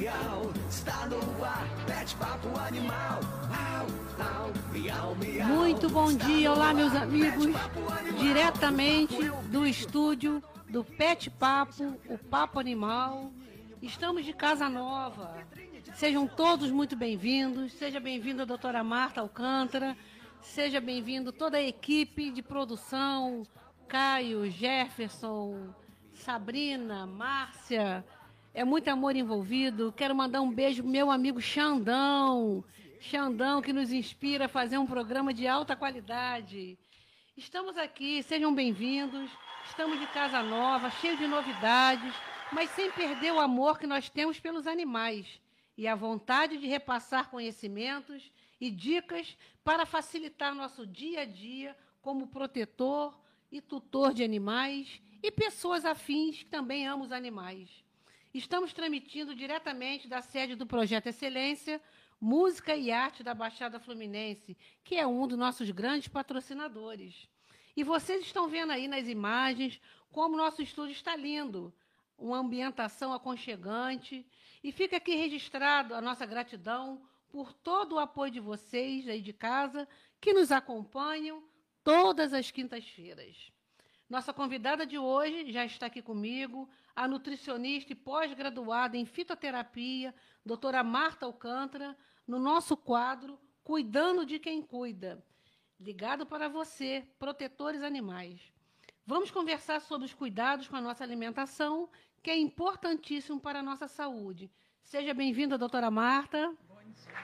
miau, está no ar, Pet Papo Animal. Au, au, miau, miau. Muito bom dia, olá meus amigos, diretamente do estúdio do Pet Papo, o Papo Animal. Estamos de casa nova, sejam todos muito bem-vindos, seja bem-vinda a doutora Marta Alcântara, seja bem-vindo toda a equipe de produção, Caio, Jefferson, Sabrina, Márcia, é muito amor envolvido. Quero mandar um beijo pro meu amigo Xandão, que nos inspira a fazer um programa de alta qualidade. Estamos aqui, sejam bem-vindos, estamos de casa nova, cheio de novidades, mas sem perder o amor que nós temos pelos animais e a vontade de repassar conhecimentos e dicas para facilitar nosso dia a dia como protetor e tutor de animais e pessoas afins que também amam os animais. Estamos transmitindo diretamente da sede do Projeto Excelência, Música e Arte da Baixada Fluminense, que é um dos nossos grandes patrocinadores. E vocês estão vendo aí nas imagens como nosso estúdio está lindo, uma ambientação aconchegante. E fica aqui registrado a nossa gratidão por todo o apoio de vocês aí de casa, que nos acompanham todas as quintas-feiras. Nossa convidada de hoje já está aqui comigo, a nutricionista e pós-graduada em fitoterapia, doutora Marta Alcântara, no nosso quadro Cuidando de Quem Cuida. Ligado para você, protetores animais. Vamos conversar sobre os cuidados com a nossa alimentação, que é importantíssimo para a nossa saúde. Seja bem-vinda, doutora Marta. Bom dia.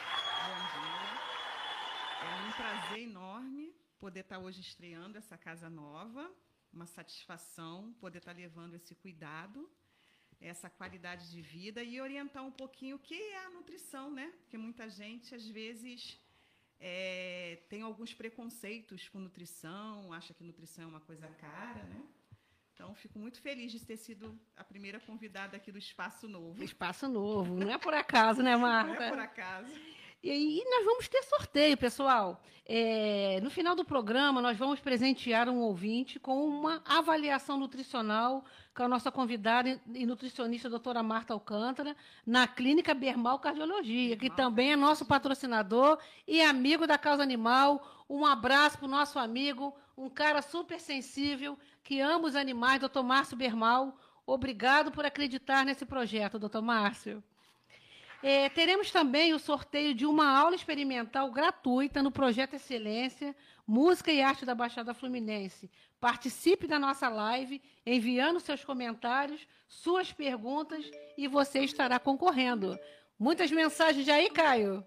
É um prazer enorme poder estar hoje estreando essa casa nova, uma satisfação poder estar levando esse cuidado, essa qualidade de vida e orientar um pouquinho o que é a nutrição, né? Porque muita gente, às vezes, tem alguns preconceitos com nutrição, acha que nutrição é uma coisa cara, né? Então, fico muito feliz de ter sido a primeira convidada aqui do Espaço Novo. Espaço Novo, não é por acaso, né, Marta? Não é por acaso. E nós vamos ter sorteio, pessoal. No final do programa, nós vamos presentear um ouvinte com uma avaliação nutricional com a nossa convidada e nutricionista, doutora Marta Alcântara, na Clínica Bermal Cardiologia, que também é nosso patrocinador e amigo da causa animal. Um abraço para o nosso amigo, um cara super sensível, que ama os animais, doutor Márcio Bermal. Obrigado por acreditar nesse projeto, doutor Márcio. Teremos também o sorteio de uma aula experimental gratuita no Projeto Excelência, Música e Arte da Baixada Fluminense. Participe da nossa live, enviando seus comentários, suas perguntas, e você estará concorrendo. Muitas mensagens aí, Caio?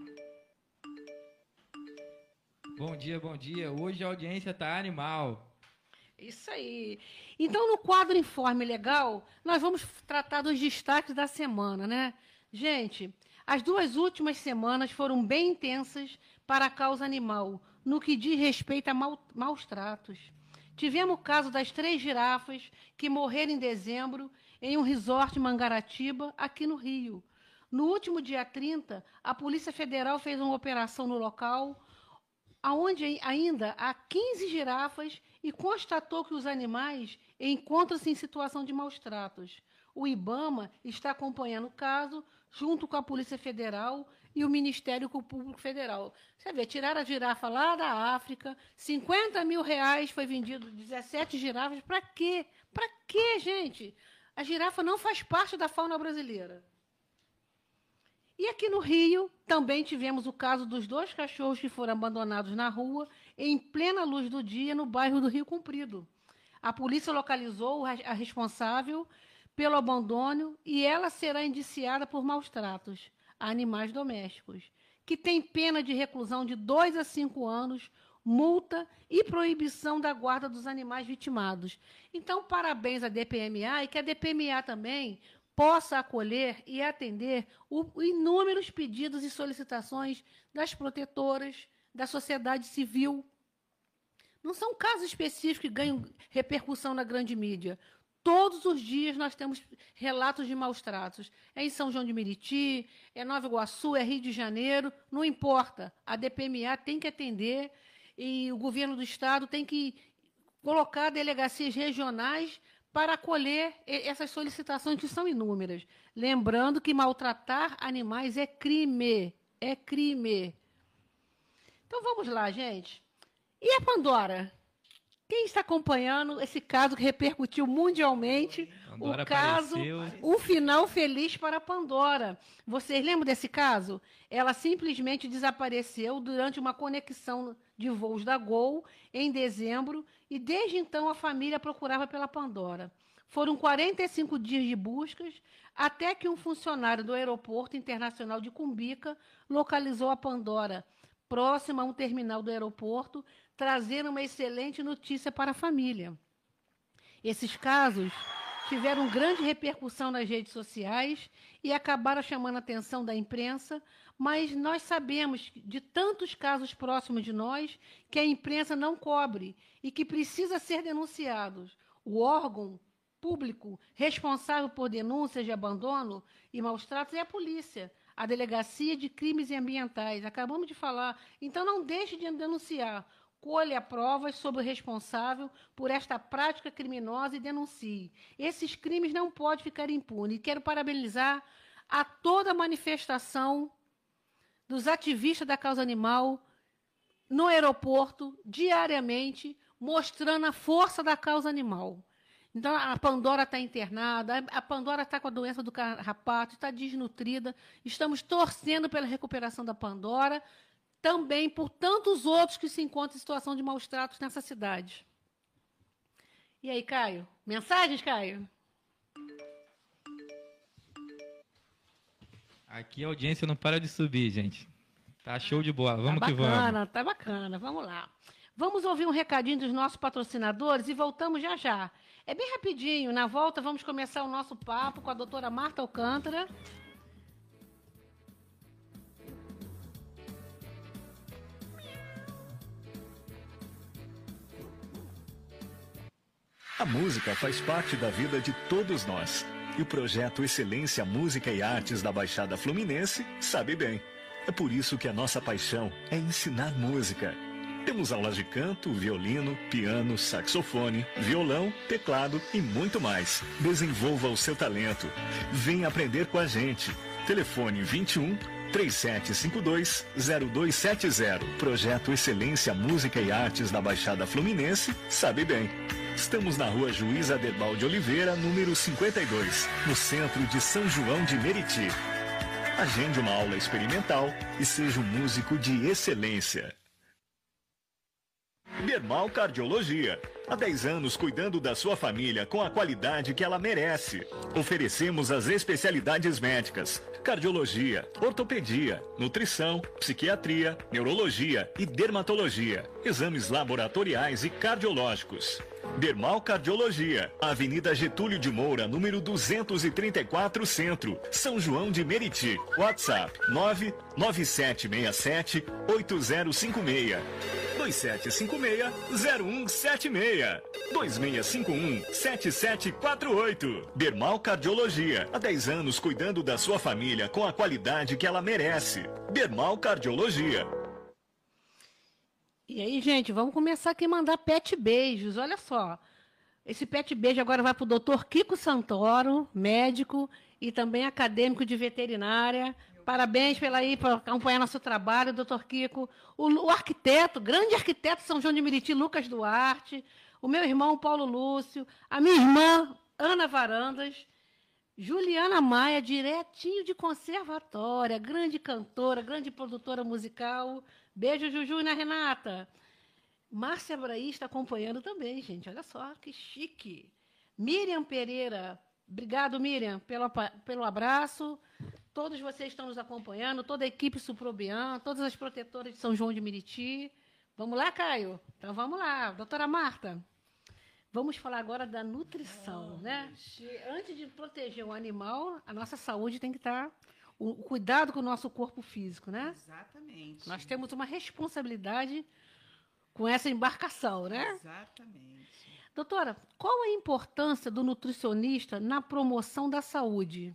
Bom dia, bom dia. Hoje a audiência está animal. Isso aí. Então, no quadro Informe Legal, nós vamos tratar dos destaques da semana, né? Gente, as 2 últimas semanas foram bem intensas para a causa animal, no que diz respeito a maus tratos. Tivemos o caso das 3 girafas que morreram em dezembro em um resort em Mangaratiba, aqui no Rio. No último dia 30, a Polícia Federal fez uma operação no local, onde ainda há 15 girafas e constatou que os animais encontram-se em situação de maus tratos. O IBAMA está acompanhando o caso, junto com a Polícia Federal e o Ministério Público Federal. Você vê, tiraram a girafa lá da África, R$50 mil foi vendido 17 girafas. Para quê? Para quê, gente? A girafa não faz parte da fauna brasileira. E aqui no Rio, também tivemos o caso dos 2 cachorros que foram abandonados na rua, em plena luz do dia, no bairro do Rio Comprido. A polícia localizou a responsável pelo abandono e ela será indiciada por maus tratos a animais domésticos, que tem pena de reclusão de 2 a 5 anos, multa e proibição da guarda dos animais vitimados. Então, parabéns à DPMA e que a DPMA também possa acolher e atender inúmeros pedidos e solicitações das protetoras, da sociedade civil. Não são casos específicos que ganham repercussão na grande mídia. Todos os dias nós temos relatos de maus tratos. É em São João de Meriti, é Nova Iguaçu, é Rio de Janeiro, não importa. A DPMA tem que atender e o governo do Estado tem que colocar delegacias regionais para acolher essas solicitações que são inúmeras. Lembrando que maltratar animais é crime. É crime. Então vamos lá, gente. E a Pandora? Quem está acompanhando esse caso que repercutiu mundialmente? Pandora O caso, apareceu. um final feliz para a Pandora. Vocês lembram desse caso? Ela simplesmente desapareceu durante uma conexão de voos da Gol em dezembro e desde então a família procurava pela Pandora. Foram 45 dias de buscas até que um funcionário do Aeroporto Internacional de Cumbica localizou a Pandora próxima a um terminal do aeroporto, trazendo uma excelente notícia para a família. Esses casos tiveram grande repercussão nas redes sociais e acabaram chamando a atenção da imprensa, mas nós sabemos de tantos casos próximos de nós que a imprensa não cobre e que precisa ser denunciados. O órgão público responsável por denúncias de abandono e maus tratos é a polícia, a Delegacia de Crimes Ambientais. Acabamos de falar. Então, não deixe de denunciar. Colha provas sobre o responsável por esta prática criminosa e denuncie. Esses crimes não podem ficar impunes. E quero parabenizar a toda a manifestação dos ativistas da causa animal no aeroporto, diariamente, mostrando a força da causa animal. Então, a Pandora está internada, a Pandora está com a doença do carrapato, está desnutrida. Estamos torcendo pela recuperação da Pandora, também por tantos outros que se encontram em situação de maus tratos nessa cidade. E aí, Caio? Mensagens, Caio? Aqui a audiência não para de subir, gente. Tá show de bola. Vamos Tá que vamos. bacana, tá bacana. Vamos lá. Vamos ouvir um recadinho dos nossos patrocinadores e voltamos já já. É bem rapidinho. Na volta, vamos começar o nosso papo com a doutora Marta Alcântara. A música faz parte da vida de todos nós. E o projeto Excelência Música e Artes da Baixada Fluminense sabe bem. É por isso que a nossa paixão é ensinar música. Temos aulas de canto, violino, piano, saxofone, violão, teclado e muito mais. Desenvolva o seu talento. Venha aprender com a gente. Telefone 21 3752 0270. Projeto Excelência Música e Artes da Baixada Fluminense sabe bem. Estamos na rua Juiz Aderbal de Oliveira, número 52, no centro de São João de Meriti. Agende uma aula experimental e seja um músico de excelência. Bermal Cardiologia. Há 10 anos cuidando da sua família com a qualidade que ela merece. Oferecemos as especialidades médicas: cardiologia, ortopedia, nutrição, psiquiatria, neurologia e dermatologia. Exames laboratoriais e cardiológicos. Bermal Cardiologia, Avenida Getúlio de Moura, número 234, Centro, São João de Meriti. WhatsApp 99767 8056. 2756-0176. 2651-7748. Bermal Cardiologia. Há 10 anos cuidando da sua família com a qualidade que ela merece. Bermal Cardiologia. E aí, gente, vamos começar aqui a mandar pet beijos. Olha só. Esse pet beijo agora vai para o doutor Kiko Santoro, médico e também acadêmico de veterinária. Parabéns por acompanhar nosso trabalho, doutor Kiko. O arquiteto, grande arquiteto de São João de Meriti, Lucas Duarte. O meu irmão, Paulo Lúcio. A minha irmã, Ana Varandas. Juliana Maia, diretinho de conservatória. Grande cantora, grande produtora musical. Beijo, Juju e na Renata. Márcia Braí está acompanhando também, gente. Olha só, que chique. Miriam Pereira. Obrigado, Miriam, pelo abraço. Todos vocês estão nos acompanhando, toda a equipe Suprobian, todas as protetoras de São João de Meriti. Vamos lá, Caio? Então, vamos lá. Doutora Marta, vamos falar agora da nutrição, né? Antes de proteger o animal, a nossa saúde tem que estar... O cuidado com o nosso corpo físico, né? Exatamente. Nós temos uma responsabilidade com essa embarcação, né? Exatamente. Doutora, qual a importância do nutricionista na promoção da saúde?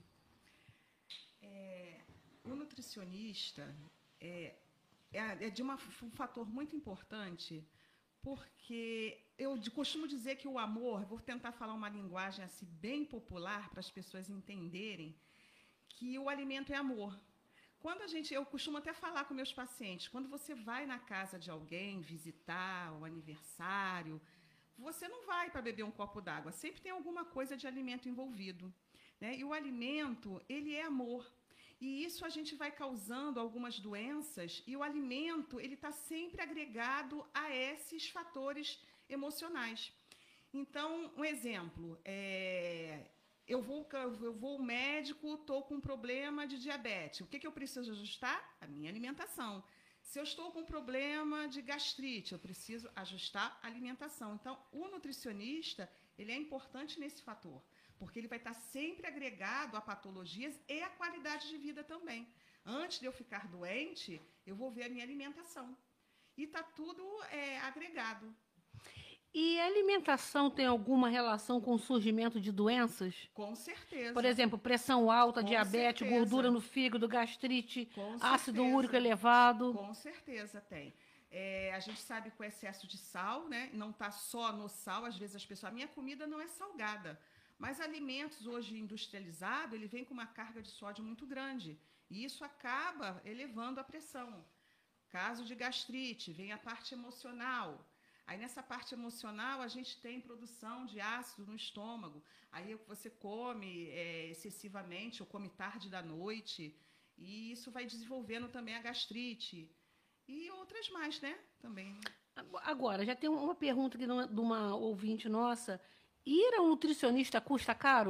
O nutricionista é um fator muito importante, porque costumo dizer que o amor, vou tentar falar uma linguagem assim bem popular para as pessoas entenderem que o alimento é amor. Eu costumo até falar com meus pacientes, quando você vai na casa de alguém visitar o aniversário, você não vai para beber um copo d'água, sempre tem alguma coisa de alimento envolvido, né? E o alimento, ele é amor. E isso a gente vai causando algumas doenças, e o alimento, ele está sempre agregado a esses fatores emocionais. Então, um exemplo, eu vou ao médico, estou com um problema de diabetes. O que eu preciso ajustar? A minha alimentação. Se eu estou com um problema de gastrite, eu preciso ajustar a alimentação. Então, o nutricionista, ele é importante nesse fator, porque ele vai estar sempre agregado a patologias e a qualidade de vida também. Antes de eu ficar doente, eu vou ver a minha alimentação. E está tudo agregado. E a alimentação tem alguma relação com o surgimento de doenças? Com certeza. Por exemplo, pressão alta, Com diabetes, certeza. gordura no fígado, gastrite, Com ácido certeza. úrico elevado. Com certeza tem. A gente sabe que o excesso de sal, né, não está só no sal, às vezes as pessoas... A minha comida não é salgada, mas alimentos hoje industrializados, ele vem com uma carga de sódio muito grande. E isso acaba elevando a pressão. Caso de gastrite, vem a parte emocional. Aí, nessa parte emocional, a gente tem produção de ácido no estômago. Aí, você come excessivamente ou come tarde da noite. E isso vai desenvolvendo também a gastrite. E outras mais, né? Também. Agora, já tem uma pergunta aqui de uma ouvinte nossa. Ir ao nutricionista custa caro?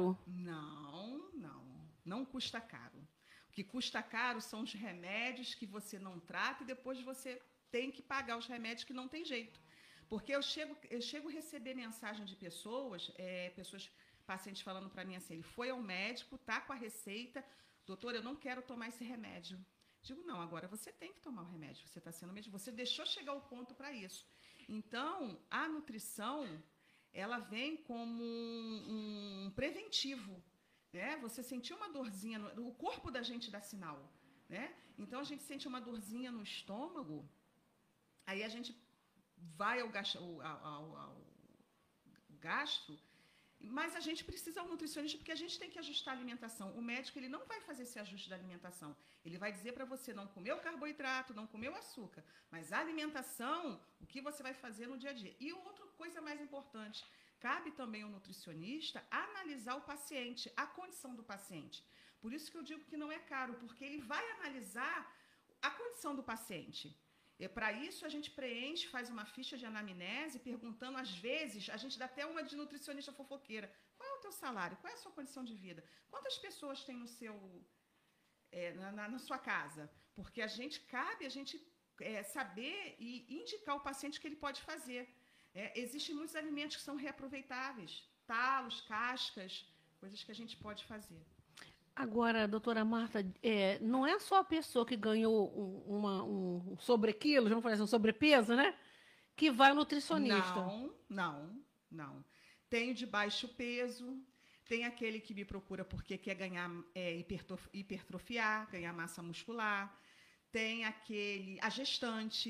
Não custa caro. O que custa caro são os remédios que você não trata e depois você tem que pagar os remédios que não tem jeito. Porque eu chego a receber mensagem de pessoas, pacientes falando para mim assim, ele foi ao médico, está com a receita, doutor, eu não quero tomar esse remédio. Digo, não, agora você tem que tomar o remédio, você está sendo médico, você deixou chegar ao ponto para isso. Então, a nutrição, ela vem como um preventivo, né? Você sentiu uma dorzinha, o corpo da gente dá sinal, né? Então, a gente sente uma dorzinha no estômago, aí a gente vai ao gastro, mas a gente precisa de um nutricionista porque a gente tem que ajustar a alimentação. O médico ele não vai fazer esse ajuste da alimentação. Ele vai dizer para você não comer o carboidrato, não comer o açúcar, mas a alimentação, o que você vai fazer no dia a dia. E outra coisa mais importante, cabe também ao nutricionista analisar o paciente, a condição do paciente. Por isso que eu digo que não é caro, porque ele vai analisar a condição do paciente. E para isso a gente preenche, faz uma ficha de anamnese, perguntando, às vezes, a gente dá até uma de nutricionista fofoqueira. Qual é o teu salário? Qual é a sua condição de vida? Quantas pessoas tem no seu, na sua casa? Porque cabe a gente saber e indicar ao paciente o que ele pode fazer. Existem muitos alimentos que são reaproveitáveis, talos, cascas, coisas que a gente pode fazer. Agora, doutora Marta, não é só a pessoa que ganhou um sobrequilo, vamos falar assim, um sobrepeso, né? Que vai ao nutricionista. Não. Tem o de baixo peso, tem aquele que me procura porque quer ganhar, hipertrofiar, ganhar massa muscular, tem a gestante,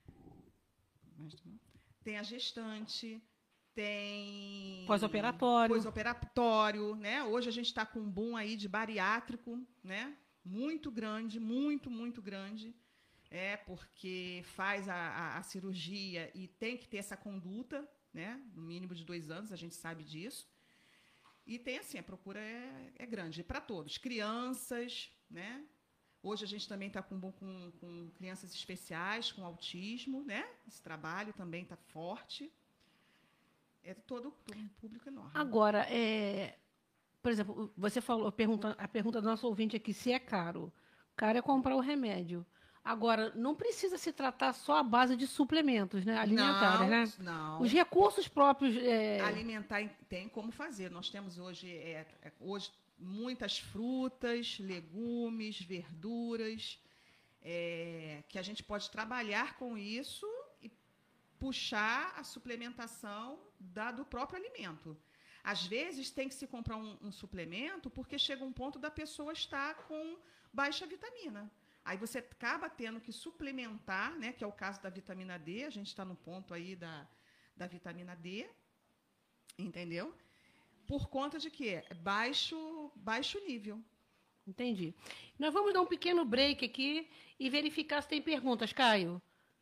tem pós-operatório, né? Hoje a gente está com um boom aí de bariátrico, né? Muito grande, muito grande, porque faz a cirurgia e tem que ter essa conduta, né? No mínimo de 2 anos, a gente sabe disso. E tem assim, a procura é grande para todos, crianças, né? Hoje a gente também está com crianças especiais, com autismo, né? Esse trabalho também está forte. É todo um público enorme. Agora, por exemplo, você falou, a pergunta do nosso ouvinte aqui, se é caro. Caro é comprar o remédio. Agora, não precisa se tratar só à base de suplementos, né? Alimentares, né? Não. Os recursos próprios... Alimentar tem como fazer. Nós temos hoje muitas frutas, legumes, verduras, que a gente pode trabalhar com isso e puxar a suplementação do próprio alimento. Às vezes, tem que se comprar um suplemento porque chega um ponto da pessoa estar com baixa vitamina. Aí você acaba tendo que suplementar, né, que é o caso da vitamina D, a gente está no ponto aí da vitamina D, entendeu? Por conta de quê? Baixo nível. Entendi. Nós vamos dar um pequeno break aqui e verificar se tem perguntas, Caio.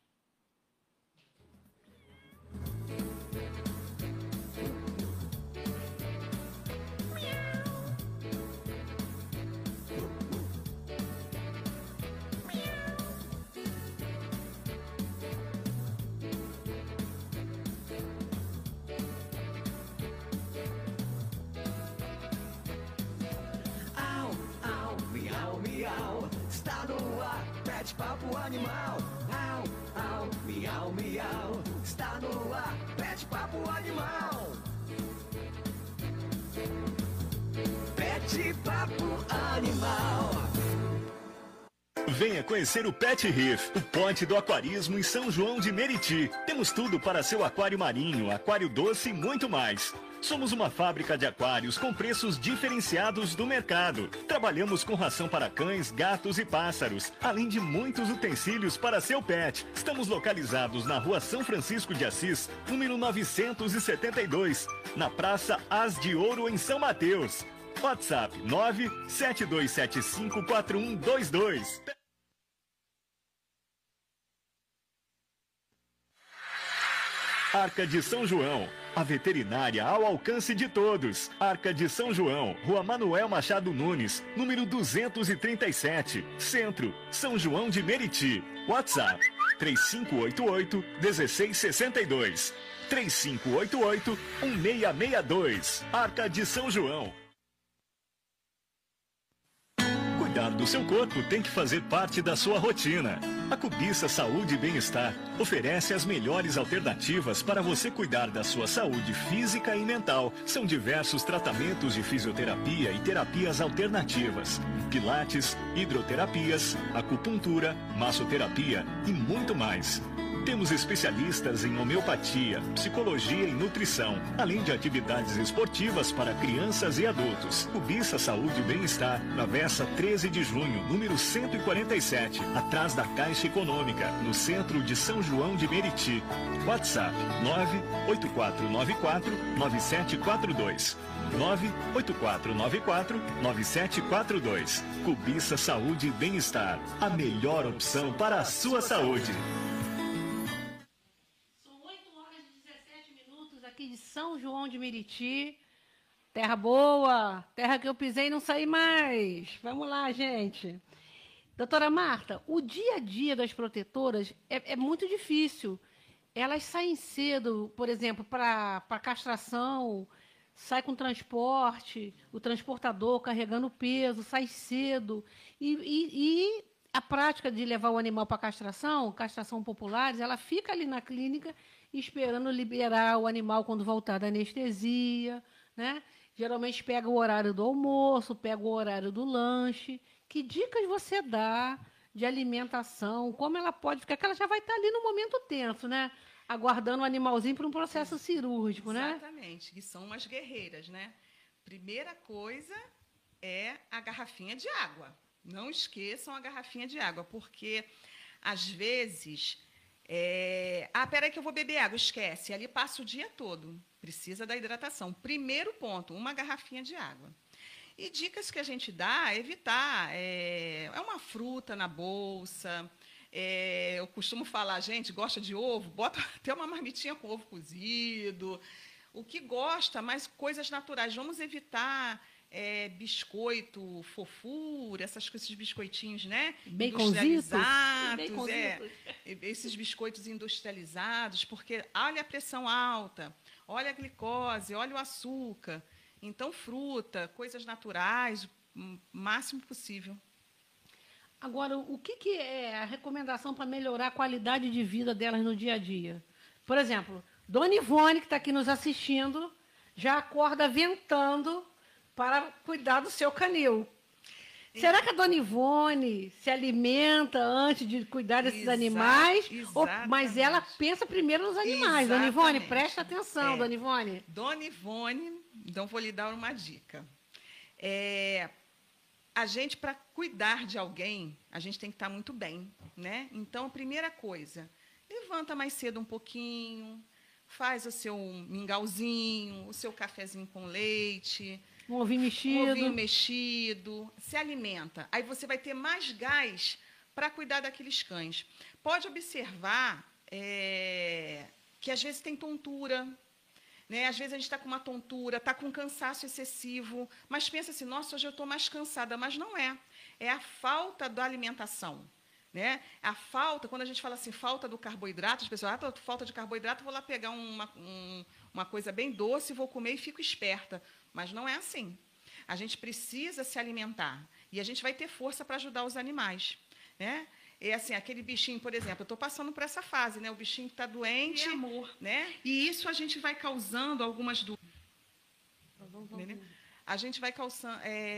Au, au, miau, miau. Está no ar, Pet Papo Animal. Au, au, miau, miau. Está no ar, Pet Papo Animal. Pet Papo Animal. Venha conhecer o Pet Reef, o ponte do aquarismo em São João de Meriti. Temos tudo para seu aquário marinho, aquário doce e muito mais. Somos uma fábrica de aquários com preços diferenciados do mercado. Trabalhamos com ração para cães, gatos e pássaros, além de muitos utensílios para seu pet. Estamos localizados na Rua São Francisco de Assis, número 972, na Praça As de Ouro, em São Mateus. WhatsApp 972754122. Arca de São João, a veterinária ao alcance de todos. Arca de São João, Rua Manuel Machado Nunes, número 237, Centro, São João de Meriti. WhatsApp 3588-1662. 3588-1662. Arca de São João. Cuidar do seu corpo tem que fazer parte da sua rotina. A Cubiça Saúde e Bem-Estar oferece as melhores alternativas para você cuidar da sua saúde física e mental. São diversos tratamentos de fisioterapia e terapias alternativas, pilates, hidroterapias, acupuntura, massoterapia e muito mais. Temos especialistas em homeopatia, psicologia e nutrição, além de atividades esportivas para crianças e adultos. Cubiça Saúde e Bem-Estar, na Travessa 13 de Junho, número 147, atrás da Caixa Econômica, no centro de São João de Meriti. WhatsApp 98494-9742. 98494-9742. Cubiça Saúde e Bem-Estar, a melhor opção para a sua saúde. Aqui de São João de Meriti, terra boa, terra que eu pisei e não saí mais. Vamos lá, gente. Doutora Marta, o dia a dia das protetoras é muito difícil. Elas saem cedo, por exemplo, para castração, sai com transporte, o transportador carregando peso, sai cedo. E a prática de levar o animal para castração populares, ela fica ali na clínica esperando liberar o animal quando voltar da anestesia, né? Geralmente pega o horário do almoço, pega o horário do lanche. Que dicas você dá de alimentação? Como ela pode ficar? Porque ela já vai estar ali no momento tenso, né? Aguardando o animalzinho para um processo cirúrgico, né? Exatamente, que são umas guerreiras, né? Primeira coisa é a garrafinha de água. Não esqueçam a garrafinha de água, porque, às vezes... peraí que eu vou beber água, esquece. Ali passa o dia todo. Precisa da hidratação. Primeiro ponto, uma garrafinha de água. E dicas que a gente dá é evitar. Uma fruta na bolsa. Eu costumo falar, gente, gosta de ovo? Bota até uma marmitinha com ovo cozido. O que gosta, mas coisas naturais. Vamos evitar... biscoito, fofura, esses biscoitinhos, né? Industrializados, esses biscoitos industrializados, porque olha a pressão alta, olha a glicose, olha o açúcar. Então, fruta, coisas naturais, o máximo possível. Agora, o que é a recomendação para melhorar a qualidade de vida delas no dia a dia? Por exemplo, Dona Ivone, que está aqui nos assistindo, já acorda ventando para cuidar do seu canil. Será que a Dona Ivone se alimenta antes de cuidar desses animais? Mas ela pensa primeiro nos animais. Dona Ivone, presta atenção, Dona Ivone. Dona Ivone, então vou lhe dar uma dica. A gente, para cuidar de alguém, a gente tem que estar muito bem, né? Então, a primeira coisa, levanta mais cedo um pouquinho, faz o seu mingauzinho, o seu cafezinho com leite, Um ovinho um mexido. ovinho mexido, se alimenta. Aí você vai ter mais gás para cuidar daqueles cães. Pode observar que às vezes tem tontura, né? Às vezes a gente está com uma tontura, está com cansaço excessivo, mas pensa assim, nossa, hoje eu estou mais cansada, mas não é. É a falta da alimentação. Né? A falta, quando a gente fala assim, falta do carboidrato, as pessoas, falta de carboidrato, vou lá pegar uma coisa bem doce, vou comer e fico esperta. Mas não é assim. A gente precisa se alimentar. E a gente vai ter força para ajudar os animais. Né? E assim, aquele bichinho, por exemplo, eu estou passando por essa fase, né? O bichinho está doente, amor. né? E isso a gente vai causando algumas dúvidas. A gente vai causando...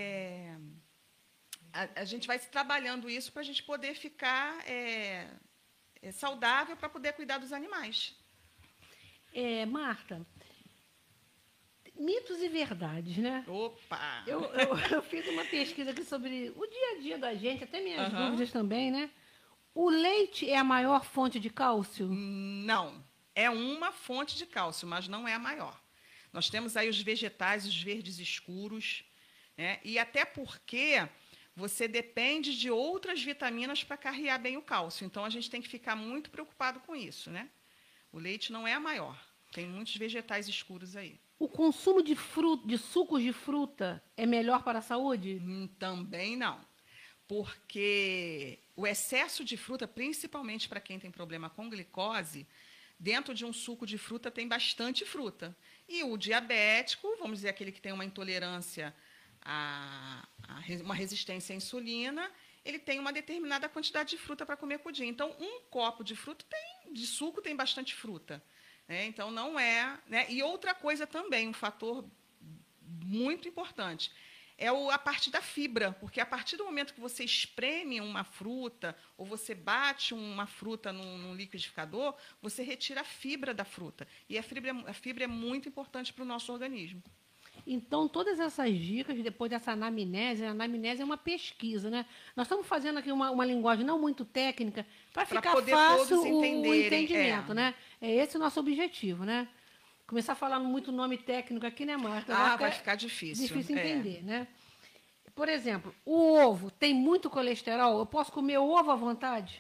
A gente vai trabalhando isso para a gente poder ficar saudável, para poder cuidar dos animais. Marta, mitos e verdades, né? Opa! Eu fiz uma pesquisa aqui sobre o dia a dia da gente, até minhas Aham. dúvidas também, né? O leite é a maior fonte de cálcio? Não, é uma fonte de cálcio, mas não é a maior. Nós temos aí os vegetais, os verdes escuros, né? E até porque você depende de outras vitaminas para carregar bem o cálcio. Então, a gente tem que ficar muito preocupado com isso, né? O leite não é a maior. Tem muitos vegetais escuros aí. O consumo de sucos de fruta é melhor para a saúde? Também não. Porque o excesso de fruta, principalmente para quem tem problema com glicose, dentro de um suco de fruta tem bastante fruta. E o diabético, vamos dizer, aquele que tem uma intolerância uma resistência à insulina, ele tem uma determinada quantidade de fruta para comer por dia. Então, um copo de de suco tem bastante fruta. Né? Então, não é... Né? E outra coisa também, um fator muito importante, é a parte da fibra, porque a partir do momento que você espreme uma fruta, ou você bate uma fruta num liquidificador, você retira a fibra da fruta. E a fibra é muito importante para o nosso organismo. Então, todas essas dicas, depois dessa anamnese, a anamnese é uma pesquisa, né? Nós estamos fazendo aqui uma linguagem não muito técnica para ficar poder fácil todos o entenderem, entendimento, né? É esse o nosso objetivo, né? Começar a falar muito nome técnico aqui, né, Marta? Vai ficar difícil. Difícil entender, né? Por exemplo, o ovo tem muito colesterol? Eu posso comer ovo à vontade?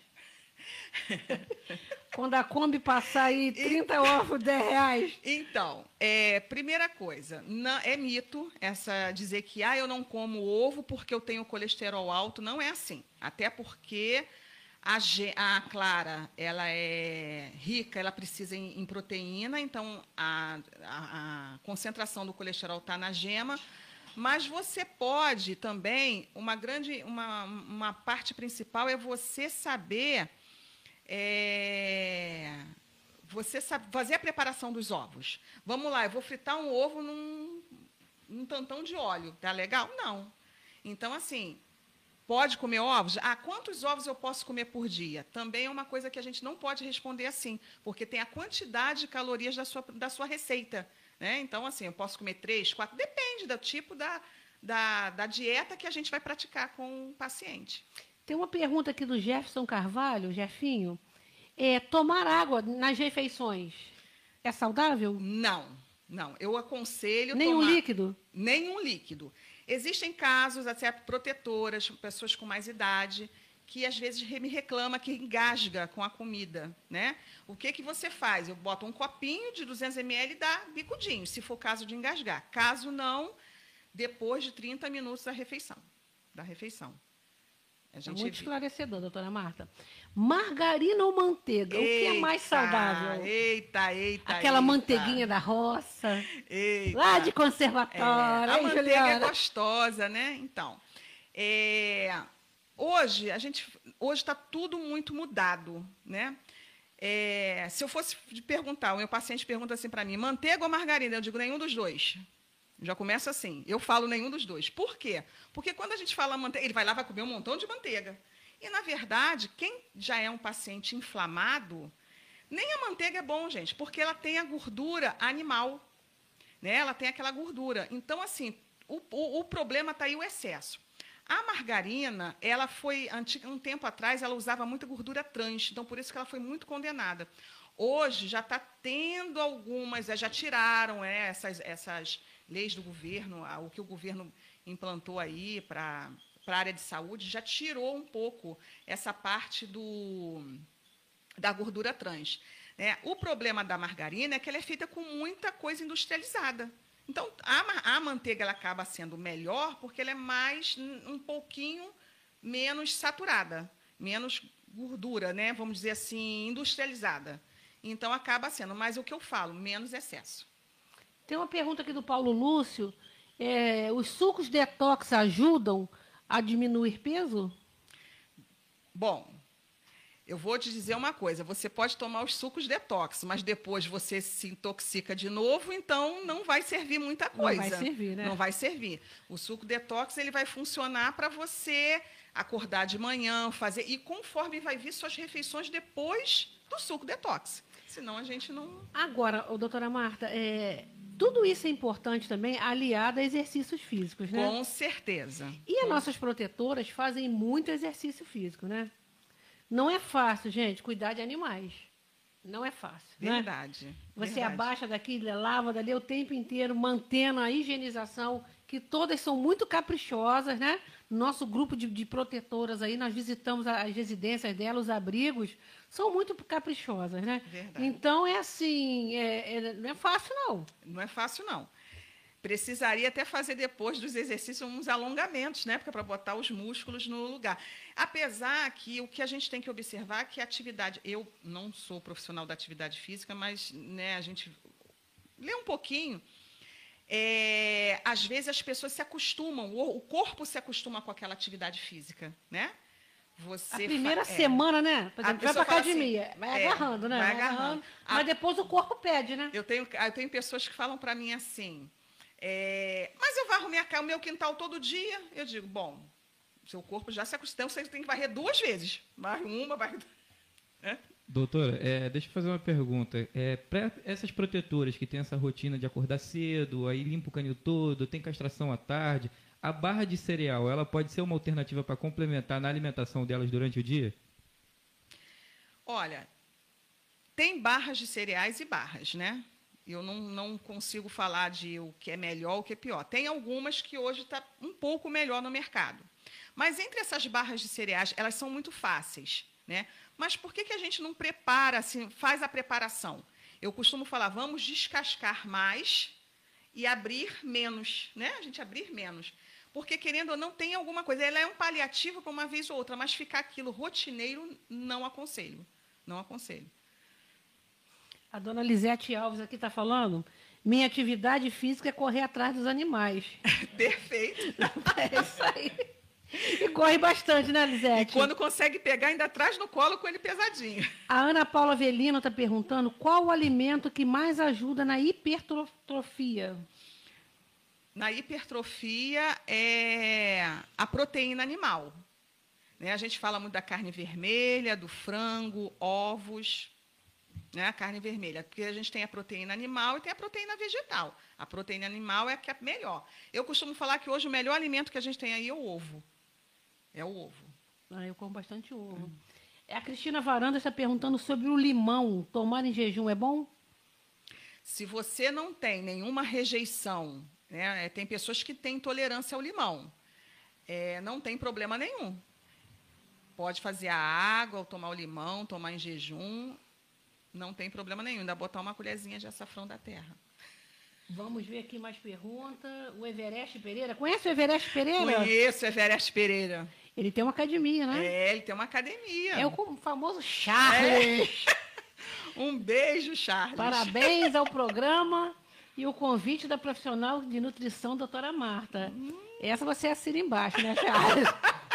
Quando a Kombi passar aí 30 ovos, R$10. Então, primeira coisa, é mito dizer que eu não como ovo porque eu tenho colesterol alto. Não é assim. Até porque a clara, ela é rica, ela precisa em proteína, então a concentração do colesterol está na gema. Mas você pode também, uma parte principal é você saber... você sabe fazer a preparação dos ovos. Vamos lá, eu vou fritar um ovo num tantão de óleo. Tá legal? Não. Então, assim, pode comer ovos? Quantos ovos eu posso comer por dia? Também é uma coisa que a gente não pode responder assim, porque tem a quantidade de calorias da sua receita. Né? Então, assim, eu posso comer 3, 4, depende do tipo da dieta que a gente vai praticar com o paciente. Tem uma pergunta aqui do Jefferson Carvalho, Jefinho. Tomar água nas refeições é saudável? Não. Eu aconselho Nenhum tomar... líquido? Nenhum líquido. Existem casos, até protetoras, pessoas com mais idade, que às vezes me reclama que engasga com a comida. Né? O que você faz? Eu boto um copinho de 200 ml e dá bicudinho, se for o caso de engasgar. Caso não, depois de 30 minutos da refeição. É muito esclarecedor, doutora Marta. Margarina ou manteiga? O que é mais saudável? Eita. Aquela manteiguinha da roça, Eita. lá de conservatório. A hein, manteiga Juliana? é gostosa, né? Então, hoje está tudo muito mudado, né? Se eu fosse perguntar, o meu paciente pergunta assim para mim, manteiga ou margarina? Eu digo, nenhum dos dois. Já começa assim, eu falo nenhum dos dois. Por quê? Porque quando a gente fala manteiga, ele vai lá vai comer um montão de manteiga. E, na verdade, quem já é um paciente inflamado, nem a manteiga é bom, gente, porque ela tem a gordura animal. Né? Ela tem aquela gordura. Então, assim, o problema está aí o excesso. A margarina, ela foi, um tempo atrás, ela usava muita gordura trans, então por isso que ela foi muito condenada. Hoje já está tendo algumas, já tiraram essas leis do governo, o que o governo implantou aí para a área de saúde, já tirou um pouco essa parte da gordura trans. Né? O problema da margarina é que ela é feita com muita coisa industrializada. Então, a manteiga ela acaba sendo melhor porque ela é um pouquinho menos saturada, menos gordura, né? Vamos dizer assim, industrializada. Então, acaba sendo, mas o que eu falo, menos excesso. Tem uma pergunta aqui do Paulo Lúcio. Os sucos detox ajudam a diminuir peso? Bom, eu vou te dizer uma coisa, você pode tomar os sucos detox, mas depois você se intoxica de novo, então não vai servir muita coisa. Não vai servir, né? Não vai servir. O suco detox ele vai funcionar para você acordar de manhã, fazer, e conforme vai vir suas refeições depois do suco detox. Senão a gente não... Agora, doutora Marta, tudo isso é importante também aliado a exercícios físicos, né? Com certeza. E as nossas protetoras fazem muito exercício físico, né? Não é fácil, gente, cuidar de animais. Não é fácil. Verdade. Né? Você verdade. abaixa daqui, lava dali o tempo inteiro, mantendo a higienização, que todas são muito caprichosas, né? Nosso grupo de protetoras aí, nós visitamos as residências delas, os abrigos, são muito caprichosas, né? Verdade. Então, é assim, não é fácil, não. Não é fácil, não. Precisaria até fazer depois dos exercícios uns alongamentos, né? Porque para botar os músculos no lugar. Apesar que o que a gente tem que observar é que a atividade... Eu não sou profissional da atividade física, mas né, a gente lê um pouquinho. Às vezes as pessoas se acostumam, o corpo se acostuma com aquela atividade física, né? A primeira semana, né? Por exemplo, vai para a academia, assim, vai agarrando, né? Vai agarrando. Mas depois o corpo pede, né? Eu tenho pessoas que falam para mim assim... mas eu varro o meu quintal todo dia. Eu digo, bom, seu corpo já se acostuma, você tem que varrer 2 vezes. Varre uma, varre... Doutora, deixa eu fazer uma pergunta. Para essas protetoras que têm essa rotina de acordar cedo, aí limpa o canil todo, tem castração à tarde, a barra de cereal, ela pode ser uma alternativa para complementar na alimentação delas durante o dia? Olha, tem barras de cereais e barras, né? Eu não consigo falar de o que é melhor ou o que é pior. Tem algumas que hoje está um pouco melhor no mercado. Mas entre essas barras de cereais, elas são muito fáceis, né? Mas por que a gente não prepara, assim, faz a preparação? Eu costumo falar, vamos descascar mais e abrir menos, né? A gente abrir menos. Porque, querendo ou não, tem alguma coisa. Ela é um paliativo para uma vez ou outra, mas ficar aquilo rotineiro, não aconselho. Não aconselho. A dona Lisete Alves aqui está falando, minha atividade física é correr atrás dos animais. Perfeito. É isso aí. E corre bastante, né, Lisete? E quando consegue pegar, ainda traz no colo com ele pesadinho. A Ana Paula Avelino está perguntando qual o alimento que mais ajuda na hipertrofia? Na hipertrofia é a proteína animal. Né? A gente fala muito da carne vermelha, do frango, ovos, né? A carne vermelha, porque a gente tem a proteína animal e tem a proteína vegetal. A proteína animal é a que é melhor. Eu costumo falar que hoje o melhor alimento que a gente tem aí é o ovo. É o ovo. Eu como bastante ovo. A Cristina Varanda está perguntando sobre o limão. Tomar em jejum é bom? Se você não tem nenhuma rejeição, né? Tem pessoas que têm intolerância ao limão, não tem problema nenhum. Pode fazer a água, ou tomar o limão, tomar em jejum, não tem problema nenhum. Ainda botar uma colherzinha de açafrão da terra. Vamos ver aqui mais perguntas. O Everest Pereira. Conhece o Everest Pereira? Conheço o Everest Pereira. Ele tem uma academia, né? Ele tem uma academia. É o famoso Charles. Um beijo, Charles. Parabéns ao programa e o convite da profissional de nutrição, doutora Marta. Essa você assina embaixo, né, Charles?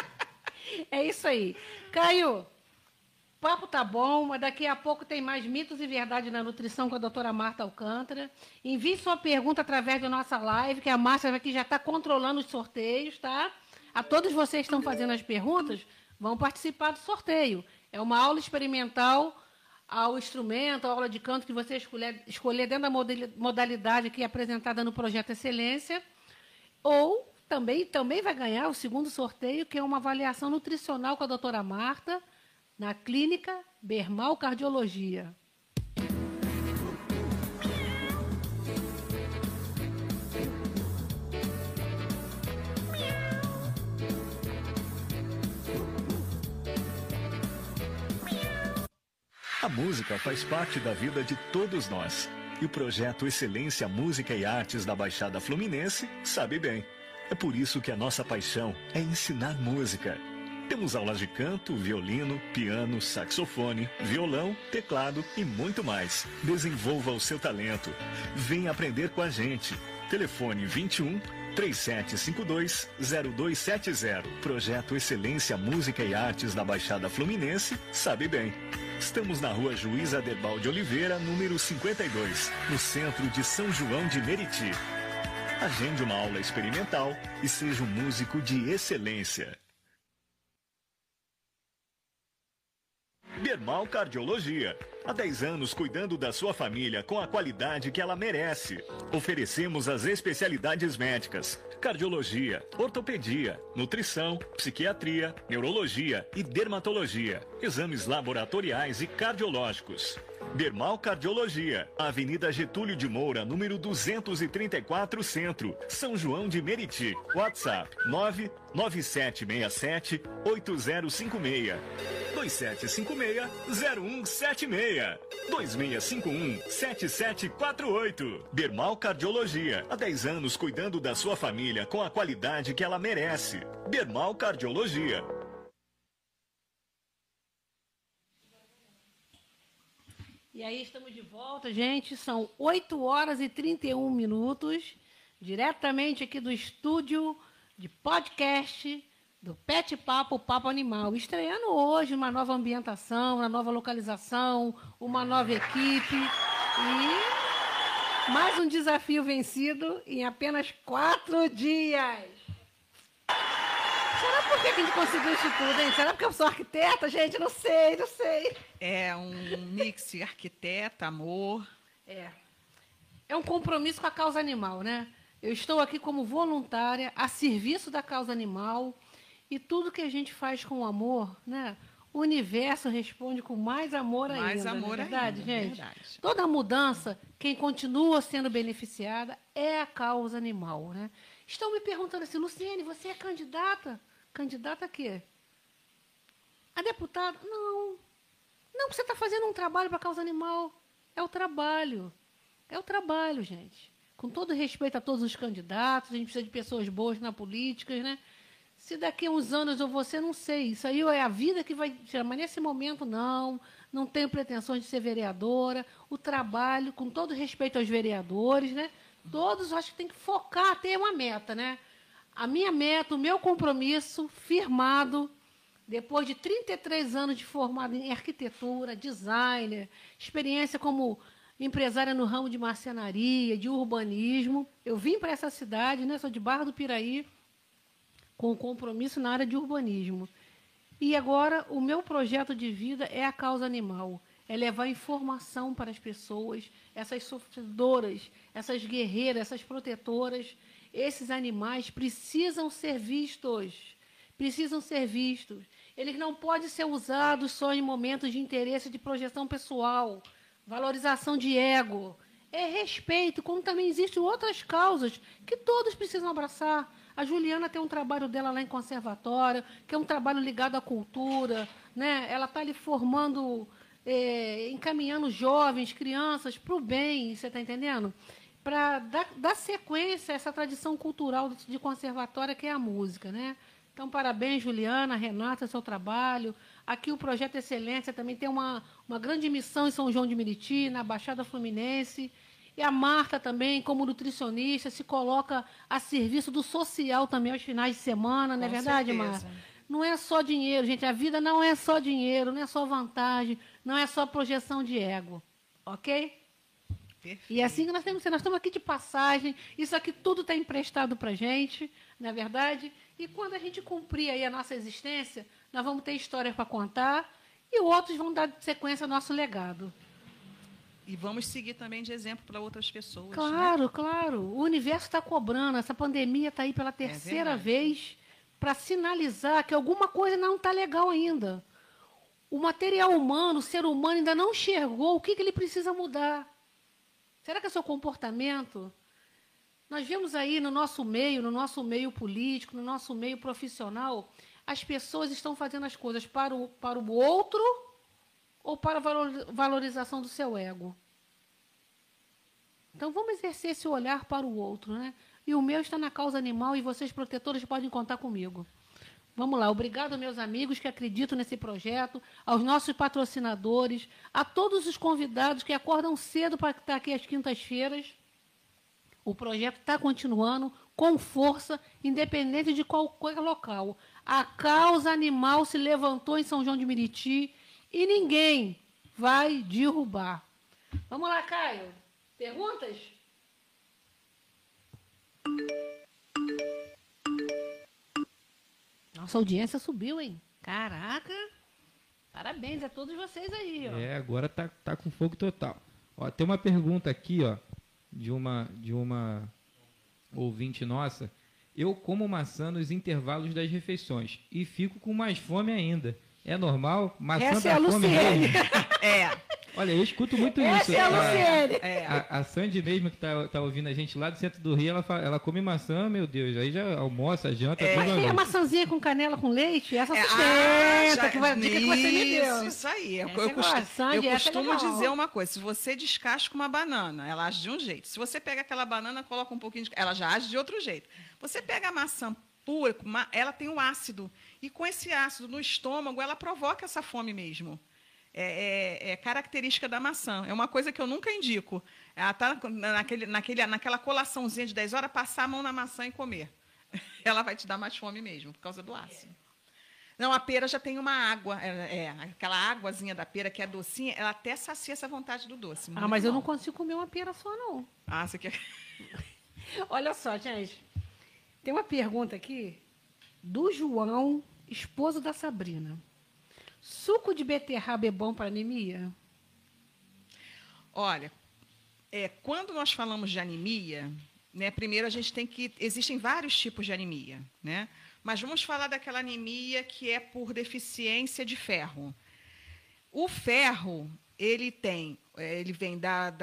É isso aí. Caio, o papo tá bom, mas daqui a pouco tem mais mitos e verdade na nutrição com a doutora Marta Alcântara. Envie sua pergunta através da nossa live, que a Márcia aqui já está controlando os sorteios, tá? A todos vocês que estão fazendo as perguntas, vão participar do sorteio. É uma aula experimental ao instrumento, a aula de canto que você escolher dentro da modalidade aqui apresentada no Projeto Excelência. Ou também vai ganhar o segundo sorteio, que é uma avaliação nutricional com a doutora Marta, na clínica Bermal Cardiologia. A música faz parte da vida de todos nós. E o projeto Excelência Música e Artes da Baixada Fluminense sabe bem. É por isso que a nossa paixão é ensinar música. Temos aulas de canto, violino, piano, saxofone, violão, teclado e muito mais. Desenvolva o seu talento. Venha aprender com a gente. Telefone 21 3752 0270. Projeto Excelência Música e Artes da Baixada Fluminense sabe bem. Estamos na rua Juiz Aderbal de Oliveira, número 52, no centro de São João de Meriti. Agende uma aula experimental e seja um músico de excelência. Bermal Cardiologia. Há 10 anos cuidando da sua família com a qualidade que ela merece. Oferecemos as especialidades médicas: cardiologia, ortopedia, nutrição, psiquiatria, neurologia e dermatologia. Exames laboratoriais e cardiológicos. Bermal Cardiologia, Avenida Getúlio de Moura, número 234, Centro, São João de Meriti. WhatsApp 99767 8056. 2756-0176. 2651-7748. Bermal Cardiologia. Há 10 anos cuidando da sua família com a qualidade que ela merece. Bermal Cardiologia. E aí estamos de volta, gente. São 8h31, diretamente aqui do estúdio de podcast do Pet Papo, Papo Animal. Estreando hoje uma nova ambientação, uma nova localização, uma nova equipe e mais um desafio vencido em apenas 4 dias. Será por que a gente conseguiu isso tudo, hein? Será porque eu sou arquiteta, gente? Não sei. É um mix de arquiteta, amor. É um compromisso com a causa animal, né? Eu estou aqui como voluntária a serviço da causa animal e tudo que a gente faz com amor, né? O universo responde com mais amor ainda. Mais amor não é verdade, ainda, gente? verdade. Toda mudança, quem continua sendo beneficiada é a causa animal, né? Estão me perguntando assim, Luciene, você é candidata? Candidata a quê? A deputada? Não. Não, porque você está fazendo um trabalho para a causa animal. É o trabalho. É o trabalho, gente. Com todo respeito a todos os candidatos, a gente precisa de pessoas boas na política, né? Se daqui a uns anos eu vou ser, não sei. Isso aí é a vida que vai tirar. Mas nesse momento, não tenho pretensões de ser vereadora. O trabalho, com todo respeito aos vereadores, né? Todos acho que tem que focar, ter uma meta, né? A minha meta, o meu compromisso firmado, depois de 33 anos de formado em arquitetura, designer, experiência como empresária no ramo de marcenaria, de urbanismo, eu vim para essa cidade, né? Sou de Barra do Piraí, com compromisso na área de urbanismo. E agora o meu projeto de vida é a causa animal, é levar informação para as pessoas, essas sofredoras, essas guerreiras, essas protetoras. Esses animais precisam ser vistos. Eles não podem ser usados só em momentos de interesse, de projeção pessoal, valorização de ego. É respeito, como também existem outras causas que todos precisam abraçar. A Juliana tem um trabalho dela lá em conservatório, que é um trabalho ligado à cultura, né? Ela está ali formando, encaminhando jovens, crianças para o bem, você está entendendo? Para dar sequência a essa tradição cultural de conservatória que é a música, né? Então, parabéns, Juliana, Renata, seu trabalho. Aqui o Projeto Excelência também tem uma grande missão em São João de Meriti, na Baixada Fluminense. E a Marta também, como nutricionista, se coloca a serviço do social também aos finais de semana, não é verdade, Marta? Não é só dinheiro, gente. A vida não é só dinheiro, não é só vantagem, não é só projeção de ego, ok? Perfeito. E assim que nós estamos aqui de passagem, isso aqui tudo está emprestado para a gente, não é verdade? E quando a gente cumprir aí a nossa existência, nós vamos ter histórias para contar e outros vão dar sequência ao nosso legado. E vamos seguir também de exemplo para outras pessoas. Claro, né? claro. O universo está cobrando, essa pandemia está aí pela terceira vez para sinalizar que alguma coisa não está legal ainda. O material humano, o ser humano ainda não enxergou o que ele precisa mudar. Será que é seu comportamento? Nós vemos aí no nosso meio político, no nosso meio profissional, as pessoas estão fazendo as coisas para o outro ou para valorização do seu ego? Então, vamos exercer esse olhar para o outro, né? E o meu está na causa animal e vocês, protetores, podem contar comigo. Vamos lá. Obrigado, meus amigos que acreditam nesse projeto, aos nossos patrocinadores, a todos os convidados que acordam cedo para estar aqui às quintas-feiras. O projeto está continuando com força, independente de qualquer local. A causa animal se levantou em São João de Meriti e ninguém vai derrubar. Vamos lá, Caio. Perguntas? Nossa audiência subiu, hein? Caraca! Parabéns a todos vocês aí, ó. Agora tá com fogo total. Ó, tem uma pergunta aqui, ó, de uma ouvinte nossa. Eu como maçã nos intervalos das refeições e fico com mais fome ainda. É normal? Maçã Essa é dá a fome Luciene. mesmo? É. Olha, eu escuto muito Essa isso. é a Luciene. A Sandy mesmo, que tá ouvindo a gente lá do centro do Rio, ela come maçã, meu Deus, aí já almoça, janta, tudo Mas uma tem a vez. maçãzinha com canela com leite? Essa sustenta, que foi a dica que você me deu. Isso aí. Essa é boa. Sandy, Eu essa é costumo legal. dizer uma coisa: se você descasca uma banana, ela age de um jeito. Se você pega aquela banana, coloca um pouquinho de... ela já age de outro jeito. Você pega a maçã pura, ela tem um ácido. E com esse ácido no estômago, ela provoca essa fome mesmo. É característica da maçã. É uma coisa que eu nunca indico. Ela está naquela colaçãozinha de 10 horas, passar a mão na maçã e comer. Ela vai te dar mais fome mesmo, por causa do ácido. Não, a pera já tem uma água. Aquela águazinha da pera que é docinha, ela até sacia essa vontade do doce. Ah, mas eu não consigo comer uma pera só, não. Ah, você quer... Olha só, gente. Tem uma pergunta aqui do João, esposo da Sabrina. Suco de beterraba é bom para anemia? Olha, quando nós falamos de anemia, né, primeiro a gente tem que... Existem vários tipos de anemia, né? Mas vamos falar daquela anemia que é por deficiência de ferro. O ferro, ele vem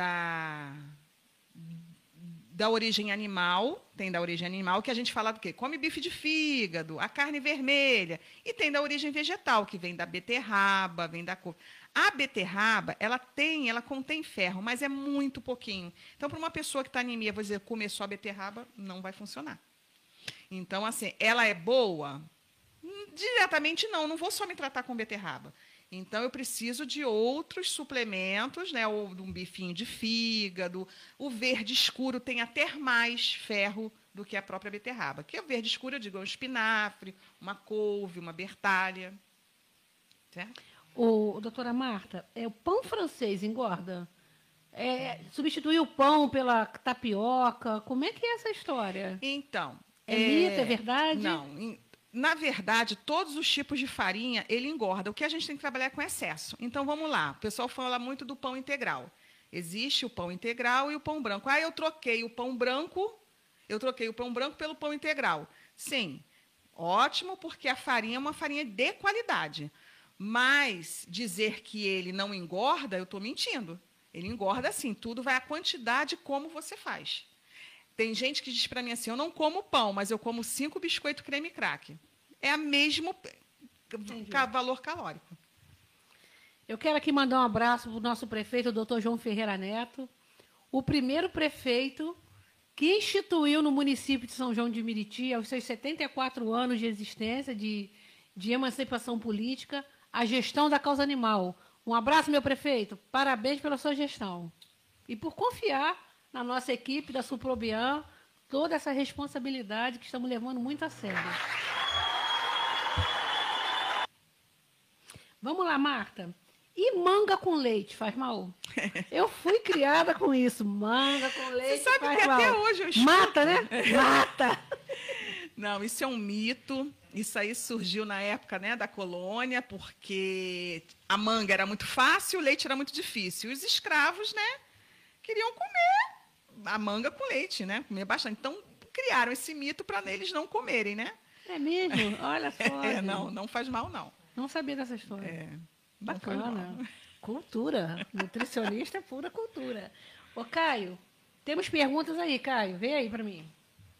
da origem animal, tem da origem animal, que a gente fala do quê? Come bife de fígado, a carne vermelha. E tem da origem vegetal, que vem da beterraba, vem da couve. A beterraba, ela contém ferro, mas é muito pouquinho. Então, para uma pessoa que está anemia, vou dizer, comer só beterraba, não vai funcionar. Então, assim, ela é boa? Diretamente não vou só me tratar com beterraba. Então, eu preciso de outros suplementos, né? Ou de um bifinho de fígado. O verde escuro tem até mais ferro do que a própria beterraba. Que é o verde escuro, eu digo, é um espinafre, uma couve, uma bertalha. Certo? Doutora Marta, o pão francês engorda? Substituir o pão pela tapioca? Como é que é essa história? Então... É mito, é verdade? Não. Na verdade, todos os tipos de farinha, ele engorda. O que a gente tem que trabalhar é com excesso. Então, vamos lá. O pessoal fala muito do pão integral. Existe o pão integral e o pão branco. Eu troquei o pão branco pelo pão integral. Sim, ótimo, porque a farinha é uma farinha de qualidade. Mas dizer que ele não engorda, eu estou mentindo. Ele engorda sim, tudo vai à quantidade como você faz. Tem gente que diz para mim assim, eu não como pão, mas eu como 5 biscoitos creme crack. É o mesmo valor calórico. Eu quero aqui mandar um abraço para o nosso prefeito, o doutor João Ferreira Neto, o primeiro prefeito que instituiu no município de São João de Meriti, aos seus 74 anos de existência, de emancipação política, a gestão da causa animal. Um abraço, meu prefeito. Parabéns pela sua gestão. E por confiar na nossa equipe da Suprobian, toda essa responsabilidade que estamos levando muito a sério. Vamos lá, Marta. E manga com leite faz mal? Eu fui criada com isso. Manga com leite Você sabe faz que mal. até hoje eu escuto. Mata, né? Mata. Não, isso é um mito. Isso aí surgiu na época, né, da colônia, porque a manga era muito fácil, o leite era muito difícil. Os escravos, né, queriam comer a manga com leite, né? Comer bastante. Então, criaram esse mito para eles não comerem, né? É mesmo? Olha só. Não faz mal, não. Não sabia dessa história. Bacana. Cultura. Nutricionista é pura cultura. Ô, Caio, temos perguntas aí, Caio. Vê aí para mim.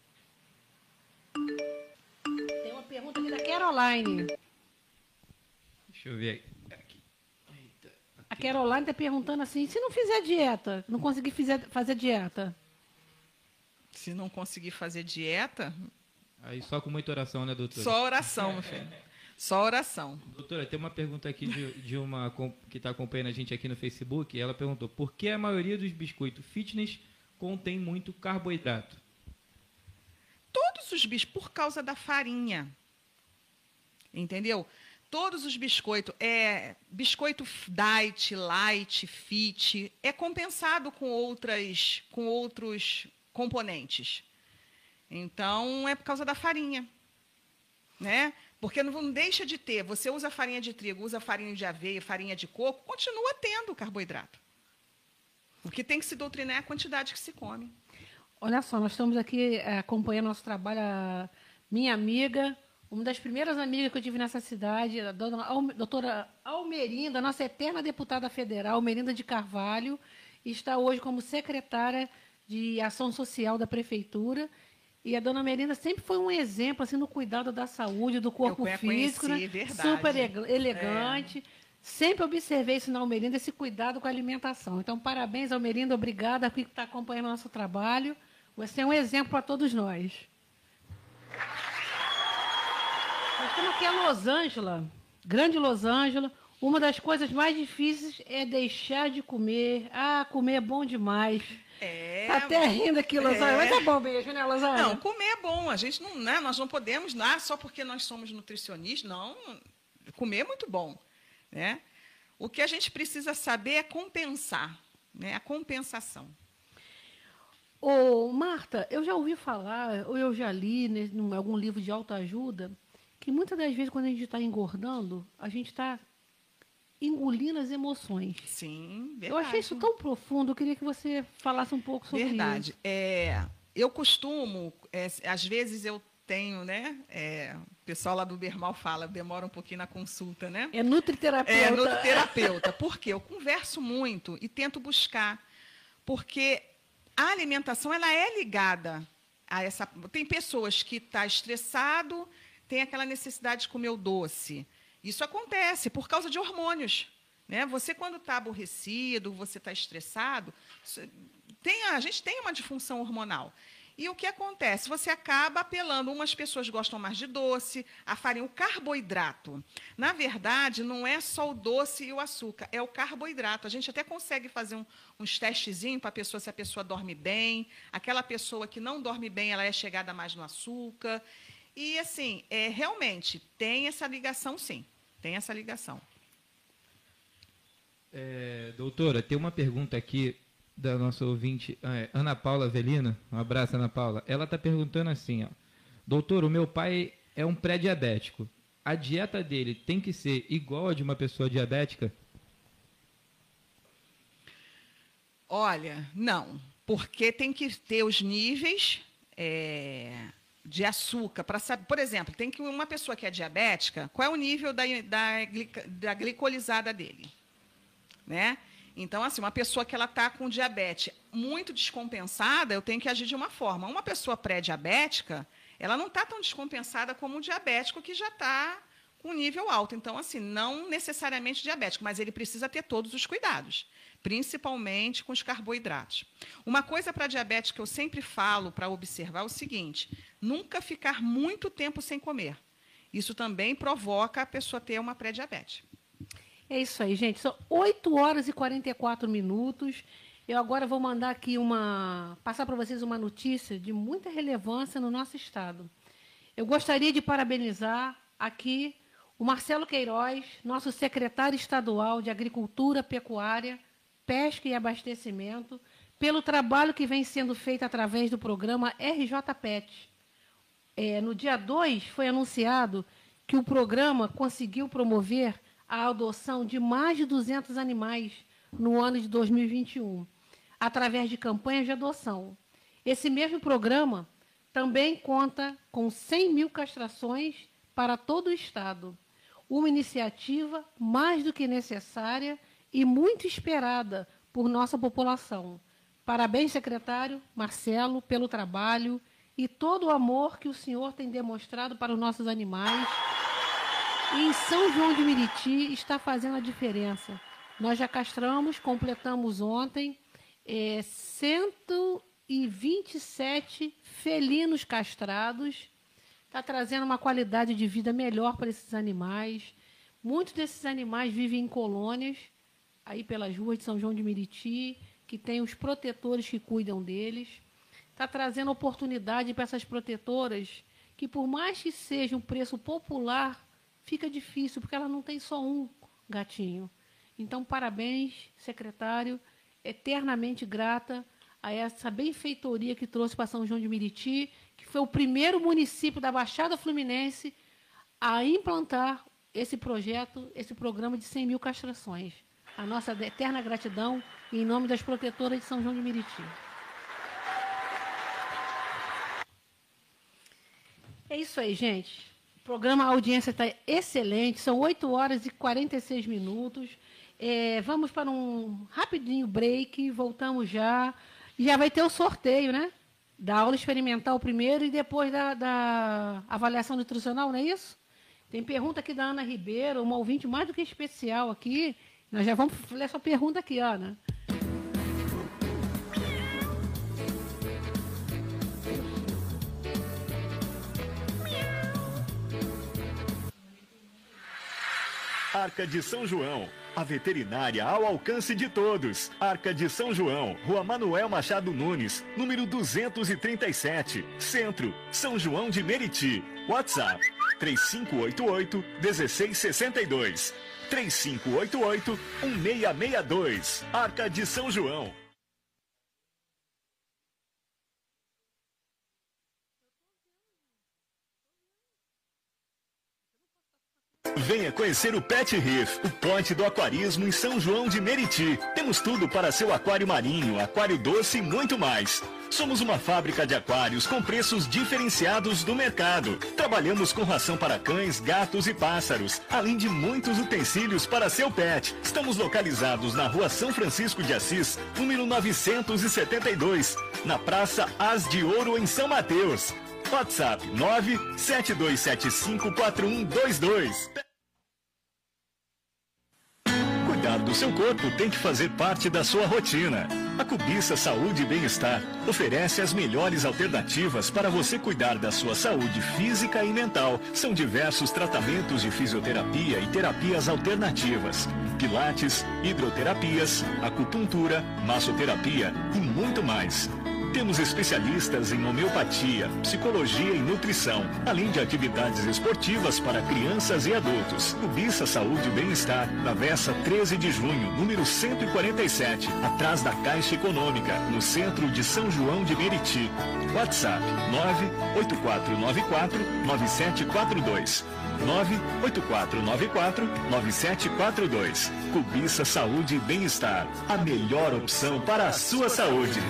Tem uma pergunta aqui da Caroline. Deixa eu ver aqui. Eita. Caroline está perguntando assim, se não fizer dieta, não conseguir fazer dieta? Se não conseguir fazer dieta, Aí só com muita oração, né, doutora? só oração, meu filho. Só oração. Doutora, tem uma pergunta aqui de uma que está acompanhando a gente aqui no Facebook. Ela perguntou, por que a maioria dos biscoitos fitness contém muito carboidrato? Todos os biscoitos, por causa da farinha. Entendeu? Todos os biscoitos, biscoito diet, light, fit, é compensado com outros componentes. Então, é por causa da farinha, né? Porque não deixa de ter. Você usa farinha de trigo, usa farinha de aveia, farinha de coco, continua tendo carboidrato. O que tem que se doutrinar é a quantidade que se come. Olha só, nós estamos aqui acompanhando nosso trabalho, a minha amiga, uma das primeiras amigas que eu tive nessa cidade, a doutora Almerinda, nossa eterna deputada federal, Almerinda de Carvalho, está hoje como secretária de Ação Social da Prefeitura. E a dona Almerinda sempre foi um exemplo assim, no cuidado da saúde, do corpo físico, conheci, né? verdade. Super elegante. Sempre observei isso na Almerinda, esse cuidado com a alimentação. Então, parabéns, Almerinda, obrigada por estar acompanhando o nosso trabalho. Você é um exemplo para todos nós. Nós estamos aqui em Los Angeles, grande Los Angeles. Uma das coisas mais difíceis é deixar de comer. Ah, comer é bom demais. Tá até rindo aqui, Los Angeles. Mas é bom mesmo, né, Los Angeles? Não, comer é bom. A gente não, né, nós não podemos, só porque nós somos nutricionistas, não. Comer é muito bom, né? O que a gente precisa saber é compensar, né? A compensação. Ô, Marta, eu já ouvi falar, ou eu já li em algum livro de autoajuda, que muitas das vezes, quando a gente está engordando, a gente está engolindo as emoções. Sim, verdade. Eu achei isso tão profundo, eu queria que você falasse um pouco sobre verdade. isso. Eu costumo, às vezes eu tenho, né? O pessoal lá do Bermal fala, demora um pouquinho na consulta, né? É nutriterapeuta. É nutriterapeuta. Por quê? Eu converso muito e tento buscar. Porque a alimentação, ela é ligada a essa... Tem pessoas que estão estressado, tem aquela necessidade de comer o doce. Isso acontece por causa de hormônios, né? Você, quando está aborrecido, você está estressado, a gente tem uma disfunção hormonal. E o que acontece? Você acaba apelando. Umas pessoas gostam mais de doce, a farinha, o carboidrato. Na verdade, não é só o doce e o açúcar, é o carboidrato. A gente até consegue fazer uns testezinhos para a pessoa, se a pessoa dorme bem. Aquela pessoa que não dorme bem, ela é chegada mais no açúcar. E, assim, realmente, tem essa ligação, sim. Tem essa ligação. Doutora, tem uma pergunta aqui da nossa ouvinte, Ana Paula Avelina. Um abraço, Ana Paula. Ela está perguntando assim, ó. Doutor, o meu pai é um pré-diabético. A dieta dele tem que ser igual a de uma pessoa diabética? Olha, não. Porque tem que ter os níveis... de açúcar, para saber, por exemplo, tem que uma pessoa que é diabética, qual é o nível da glicolizada dele, né? Então, assim, uma pessoa que ela está com diabetes muito descompensada, eu tenho que agir de uma forma. Uma pessoa pré-diabética, ela não está tão descompensada como um diabético que já está com nível alto. Então, assim, não necessariamente diabético, mas ele precisa ter todos os cuidados, principalmente com os carboidratos. Uma coisa para diabetes que eu sempre falo para observar é o seguinte: nunca ficar muito tempo sem comer. Isso também provoca a pessoa ter uma pré-diabetes. É isso aí, gente. São 8 horas e 44 minutos. Eu agora vou mandar aqui passar para vocês uma notícia de muita relevância no nosso estado. Eu gostaria de parabenizar aqui o Marcelo Queiroz, nosso secretário estadual de Agricultura, Pecuária, Pesca e Abastecimento, pelo trabalho que vem sendo feito através do programa RJ-PET. No dia 2, foi anunciado que o programa conseguiu promover a adoção de mais de 200 animais no ano de 2021, através de campanhas de adoção. Esse mesmo programa também conta com 100 mil castrações para todo o estado. Uma iniciativa mais do que necessária e muito esperada por nossa população. Parabéns, secretário Marcelo, pelo trabalho e todo o amor que o senhor tem demonstrado para os nossos animais. E em São João de Meriti está fazendo a diferença. Nós já castramos, completamos ontem 127 felinos castrados. Está trazendo uma qualidade de vida melhor para esses animais. Muitos desses animais vivem em colônias, aí pelas ruas de São João de Meriti, que tem os protetores que cuidam deles. Está trazendo oportunidade para essas protetoras, que por mais que seja um preço popular, fica difícil, porque ela não tem só um gatinho. Então, parabéns, secretário, eternamente grata a essa benfeitoria que trouxe para São João de Meriti, que foi o primeiro município da Baixada Fluminense a implantar esse projeto, esse programa de 100 mil castrações. A nossa eterna gratidão em nome das protetoras de São João de Meriti. É isso aí, gente. O programa, a audiência está excelente, são 8 horas e 46 minutos. Vamos para um rapidinho break, voltamos já. Já vai ter o sorteio, né? Da aula experimental primeiro e depois da avaliação nutricional, não é isso? Tem pergunta aqui da Ana Ribeiro, uma ouvinte mais do que especial aqui. Nós já vamos ler essa pergunta aqui, Ana. Arca de São João, a veterinária ao alcance de todos. Arca de São João, Rua Manuel Machado Nunes, número 237, Centro, São João de Meriti. WhatsApp, 3588-1662. 3588-1662. Arca de São João. Venha conhecer o Pet Reef, o ponte do aquarismo em São João de Meriti. Temos tudo para seu aquário marinho, aquário doce e muito mais. Somos uma fábrica de aquários com preços diferenciados do mercado. Trabalhamos com ração para cães, gatos e pássaros, além de muitos utensílios para seu pet. Estamos localizados na Rua São Francisco de Assis, número 972, na Praça As de Ouro, em São Mateus. WhatsApp 972754122. Cuidar do seu corpo tem que fazer parte da sua rotina. A Cubiça Saúde e Bem-Estar oferece as melhores alternativas para você cuidar da sua saúde física e mental. São diversos tratamentos de fisioterapia e terapias alternativas, pilates, hidroterapias, acupuntura, massoterapia e muito mais. Temos especialistas em homeopatia, psicologia e nutrição, além de atividades esportivas para crianças e adultos. Cubiça Saúde e Bem-Estar, na Travessa 13 de Junho, número 147, atrás da Caixa Econômica, no centro de São João de Meriti. WhatsApp 98494-9742. 98494-9742. Cubiça Saúde e Bem-Estar, a melhor opção para a sua saúde.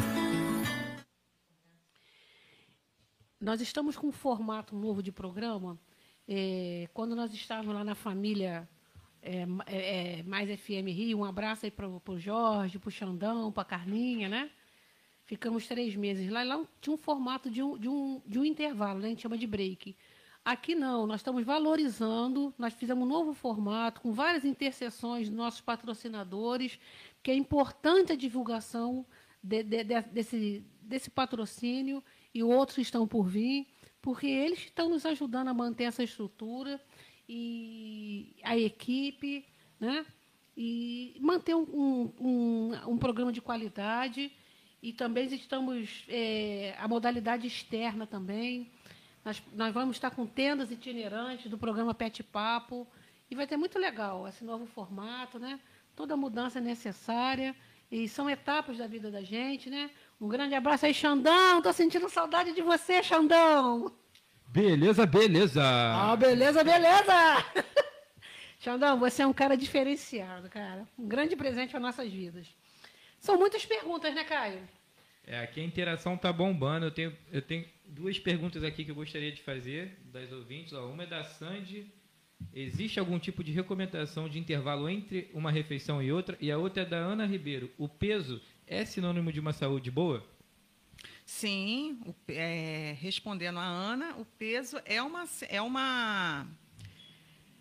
Nós estamos com um formato novo de programa. Quando nós estávamos lá na família Mais FM Rio, um abraço aí para o Jorge, para o Xandão, para a Carlinha, né? Ficamos 3 meses lá. E lá tinha um formato de um intervalo, né? A gente chama de break. Aqui não, nós estamos valorizando, nós fizemos um novo formato, com várias interseções dos nossos patrocinadores, que é importante a divulgação desse patrocínio, e outros estão por vir, porque eles estão nos ajudando a manter essa estrutura e a equipe, né? E manter um programa de qualidade. E também estamos a modalidade externa também. Nós vamos estar com tendas itinerantes do programa Pet Papo, e vai ter muito legal esse novo formato, né? Toda mudança é necessária, e são etapas da vida da gente, né? Um grande abraço aí, Xandão. Estou sentindo saudade de você, Xandão. Beleza, beleza. Ah, beleza, beleza. Xandão, você é um cara diferenciado, cara. Um grande presente para nossas vidas. São muitas perguntas, né, Caio? Aqui a interação tá bombando. Eu tenho 2 perguntas aqui que eu gostaria de fazer das ouvintes. Uma é da Sandy. Existe algum tipo de recomendação de intervalo entre uma refeição e outra? E a outra é da Ana Ribeiro. O peso é sinônimo de uma saúde boa? Sim, respondendo a Ana, o peso é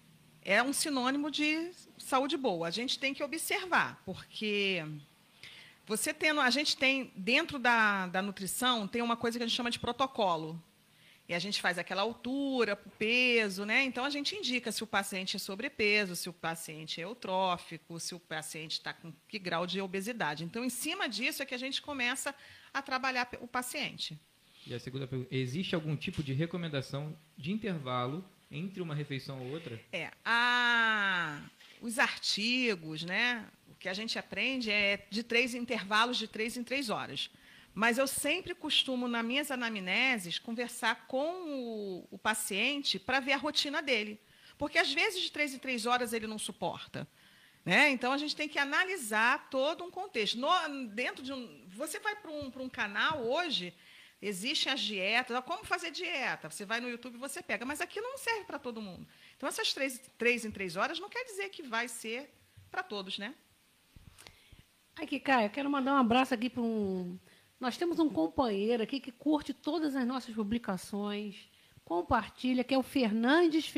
é um sinônimo de saúde boa. A gente tem que observar, porque a gente tem, dentro da nutrição, tem uma coisa que a gente chama de protocolo. E a gente faz aquela altura, o peso, né? Então, a gente indica se o paciente é sobrepeso, se o paciente é eutrófico, se o paciente está com que grau de obesidade. Então, em cima disso é que a gente começa a trabalhar o paciente. E a segunda pergunta, existe algum tipo de recomendação de intervalo entre uma refeição ou outra? Os artigos, né? O que a gente aprende é de 3 intervalos de 3 em 3 horas. Mas eu sempre costumo, nas minhas anamneses, conversar com o paciente para ver a rotina dele. Porque, às vezes, de 3 em 3 horas ele não suporta. Né? Então, a gente tem que analisar todo um contexto. Você vai para um canal hoje, existem as dietas. Como fazer dieta? Você vai no YouTube e você pega. Mas aquilo não serve para todo mundo. Então, essas 3 em 3 horas não quer dizer que vai ser para todos, né? Aqui, Caio, eu quero mandar um abraço aqui para Nós temos um companheiro aqui que curte todas as nossas publicações, compartilha, que é o Fernandes.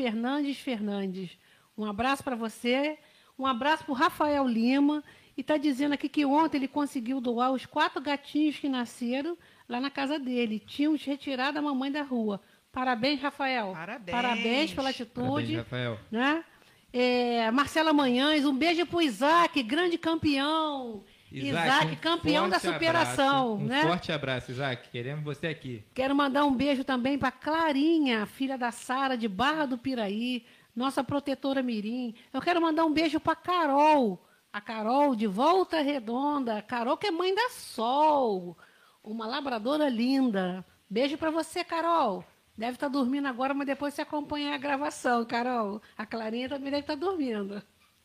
Um abraço para você, um abraço para o Rafael Lima, e está dizendo aqui que ontem ele conseguiu doar os 4 gatinhos que nasceram lá na casa dele. Tínhamos retirado a mamãe da rua. Parabéns, Rafael. Parabéns pela atitude. Parabéns, Rafael. Né? Marcela Manhães, um beijo para o Isaac, grande campeão. Isaac, campeão da superação. Um forte abraço, Isaac. Queremos você aqui. Quero mandar um beijo também para Clarinha, filha da Sara, de Barra do Piraí, nossa protetora mirim. Eu quero mandar um beijo para Carol, a Carol de Volta Redonda. A Carol, que é mãe da Sol, uma labradora linda. Beijo para você, Carol. Deve estar dormindo agora, mas depois você acompanha a gravação, Carol. A Clarinha também deve estar dormindo.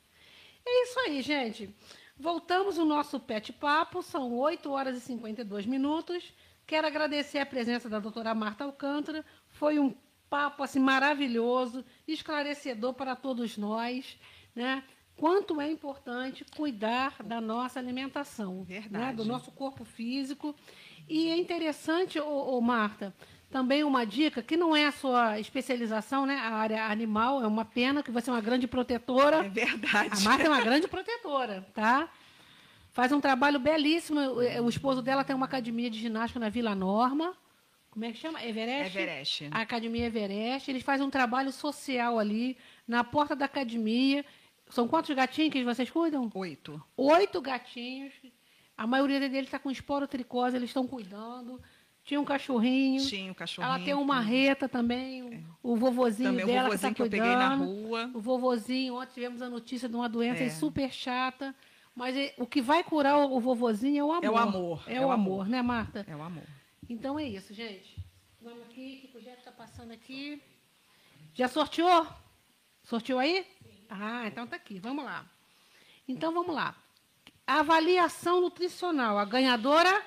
É isso aí, gente. Voltamos ao nosso Pet Papo, são 8 horas e 52 minutos. Quero agradecer a presença da doutora Marta Alcântara. Foi um papo assim, maravilhoso, esclarecedor para todos nós, né? Quanto é importante cuidar da nossa alimentação, né? Do nosso corpo físico. E é interessante, Marta, também uma dica, que não é a sua especialização, né? A área animal, é uma pena que você é uma grande protetora. É verdade. A Marta é uma grande protetora, tá? Faz um trabalho belíssimo. O esposo dela tem uma academia de ginástica na Vila Norma. Como é que chama? Everest? A Academia Everest. Eles fazem um trabalho social ali, na porta da academia. São quantos gatinhos que vocês cuidam? 8. 8 gatinhos. A maioria deles está com esporotricose, eles estão cuidando. Tinha um cachorrinho. Tinha um cachorrinho. Ela tem uma marreta também. O vovozinho também dela o vovozinho que está eu peguei na cuidando. rua. O vovozinho, ontem tivemos a notícia de uma doença super chata. Mas o que vai curar o vovozinho é o amor. É o amor. É o amor, né, Marta? É o amor. Então é isso, gente. Vamos aqui, que o projeto está passando aqui. Já sorteou? Sorteou aí? Sim. Ah, então tá aqui. Vamos lá. Então vamos lá. Avaliação nutricional. A ganhadora?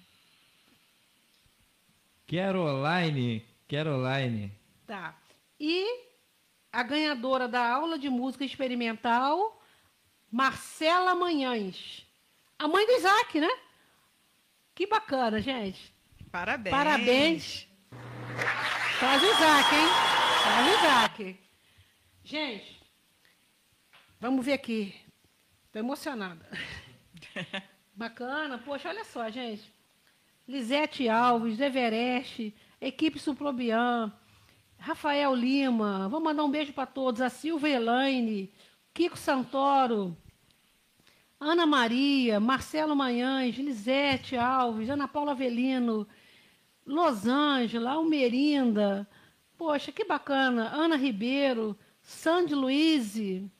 Caroline. Tá. E a ganhadora da aula de música experimental, Marcela Manhães. A mãe do Isaac, né? Que bacana, gente. Parabéns. Traz o Isaac, hein? Traz o Isaac. Gente, vamos ver aqui. Estou emocionada. Bacana. Poxa, olha só, gente. Lisete Alves, Everest, equipe Suplobian, Rafael Lima. Vou mandar um beijo para todos. A Silvia Elaine, Kiko Santoro, Ana Maria, Marcelo Manhães, Lisete Alves, Ana Paula Avelino, Losângela, Almerinda. Poxa, que bacana. Ana Ribeiro, Sandy Luiz,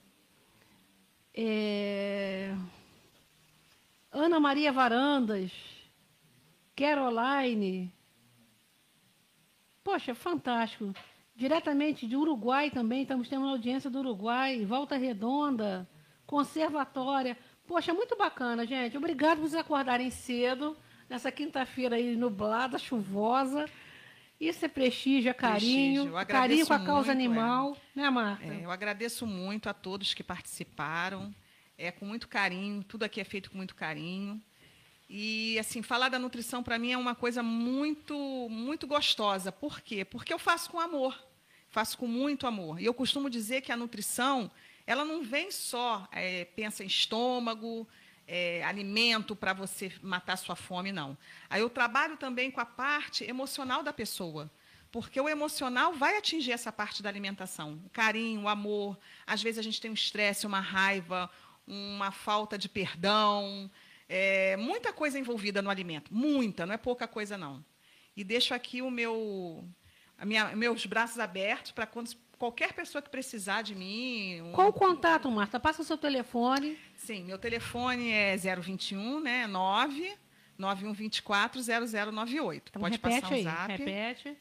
Ana Maria Varandas, Caroline. Poxa, fantástico. Diretamente de Uruguai também, estamos tendo uma audiência do Uruguai, Volta Redonda, Conservatória. Poxa, muito bacana, gente. Obrigado por vocês acordarem cedo, nessa quinta-feira aí nublada, chuvosa. Isso é prestígio, é carinho. Carinho com a causa animal, né, Marta? Eu agradeço muito a todos que participaram. Com muito carinho, tudo aqui é feito com muito carinho. E, assim, falar da nutrição, para mim, é uma coisa muito, muito gostosa. Por quê? Porque eu faço com amor. faço com muito amor. E eu costumo dizer que a nutrição, ela não vem só, pensa em estômago, alimento para você matar sua fome, não. Aí eu trabalho também com a parte emocional da pessoa, porque o emocional vai atingir essa parte da alimentação. O carinho, o amor, às vezes a gente tem um estresse, uma raiva, uma falta de perdão, muita coisa envolvida no alimento, muita, não é pouca coisa, não. E deixo aqui meus braços abertos para qualquer pessoa que precisar de mim. Qual o contato, Marta? Passa o seu telefone. Sim, meu telefone é 021, né? 99124 0098. Então, pode repete passar um aí, zap. repete.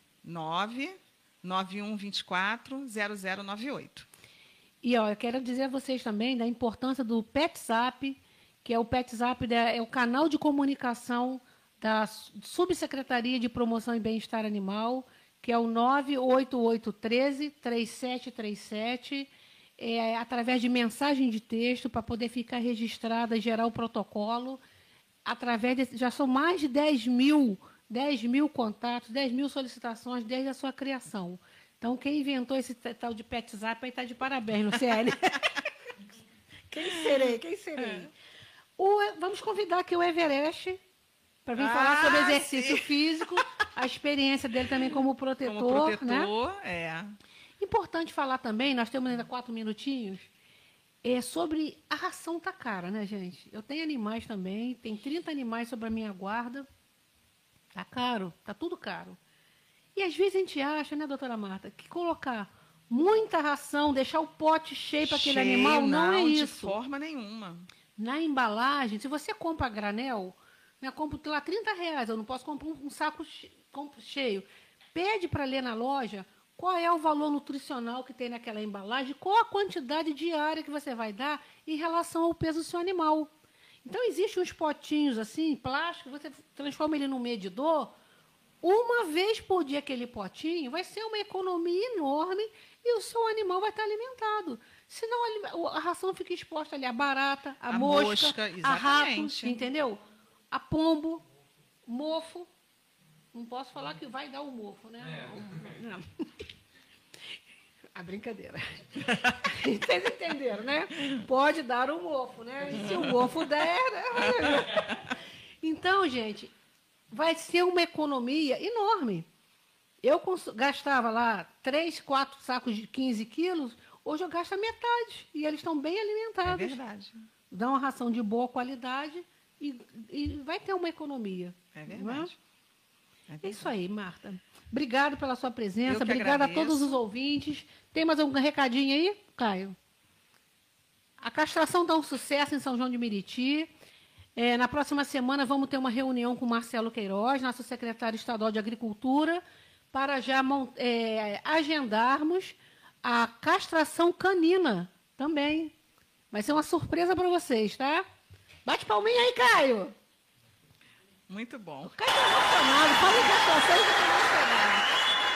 99124 0098. E ó, eu quero dizer a vocês também da importância do PetZap, que é o PetZap, é o canal de comunicação da Subsecretaria de Promoção e Bem-Estar Animal, que é o 98813-3737, através de mensagem de texto, para poder ficar registrada e gerar o protocolo. Já são mais de 10 mil contatos, 10 mil solicitações desde a sua criação. Então, quem inventou esse tal de PetZap aí está de parabéns, Luciane. Quem serei? Vamos convidar aqui o Everest para vir falar sobre exercício físico, a experiência dele também como protetor. Né? Importante falar também, nós temos ainda 4 minutinhos, sobre a ração tá cara, né, gente? Eu tenho animais também, tem 30 animais sob a minha guarda. Tá caro, tá tudo caro. E às vezes a gente acha, né, doutora Marta, que colocar muita ração, deixar o pote cheio para aquele animal, não é isso. De forma nenhuma. Na embalagem, se você compra a granel, né, compro lá R$30, eu não posso comprar um saco cheio. Pede para ler na loja qual é o valor nutricional que tem naquela embalagem, qual a quantidade diária que você vai dar em relação ao peso do seu animal. Então, existem uns potinhos assim, plástico, você transforma ele num medidor. Uma vez por dia aquele potinho vai ser uma economia enorme e o seu animal vai estar alimentado. Senão a ração fica exposta ali a barata, a mosca, a rato, entendeu? A pombo, mofo. Não posso falar que vai dar o mofo, né? Não. A brincadeira. Vocês entenderam, né? Pode dar o mofo, né? E se o mofo der... Né? Então, gente, vai ser uma economia enorme. Eu gastava lá 3, 4 sacos de 15 quilos, hoje eu gasto a metade. E eles estão bem alimentados. É verdade. Dão uma ração de boa qualidade e vai ter uma economia. É verdade. É isso aí, Marta. Obrigado pela sua presença. Obrigada a todos os ouvintes. Tem mais algum recadinho aí, Caio? A castração dá um sucesso em São João de Meriti. Na próxima semana vamos ter uma reunião com o Marcelo Queiroz, nosso secretário estadual de Agricultura, para já agendarmos a castração canina também. Vai ser uma surpresa para vocês, tá? Bate palminha aí, Caio. Muito bom. O Caio está emocionado. Fala em castração, ele está emocionado.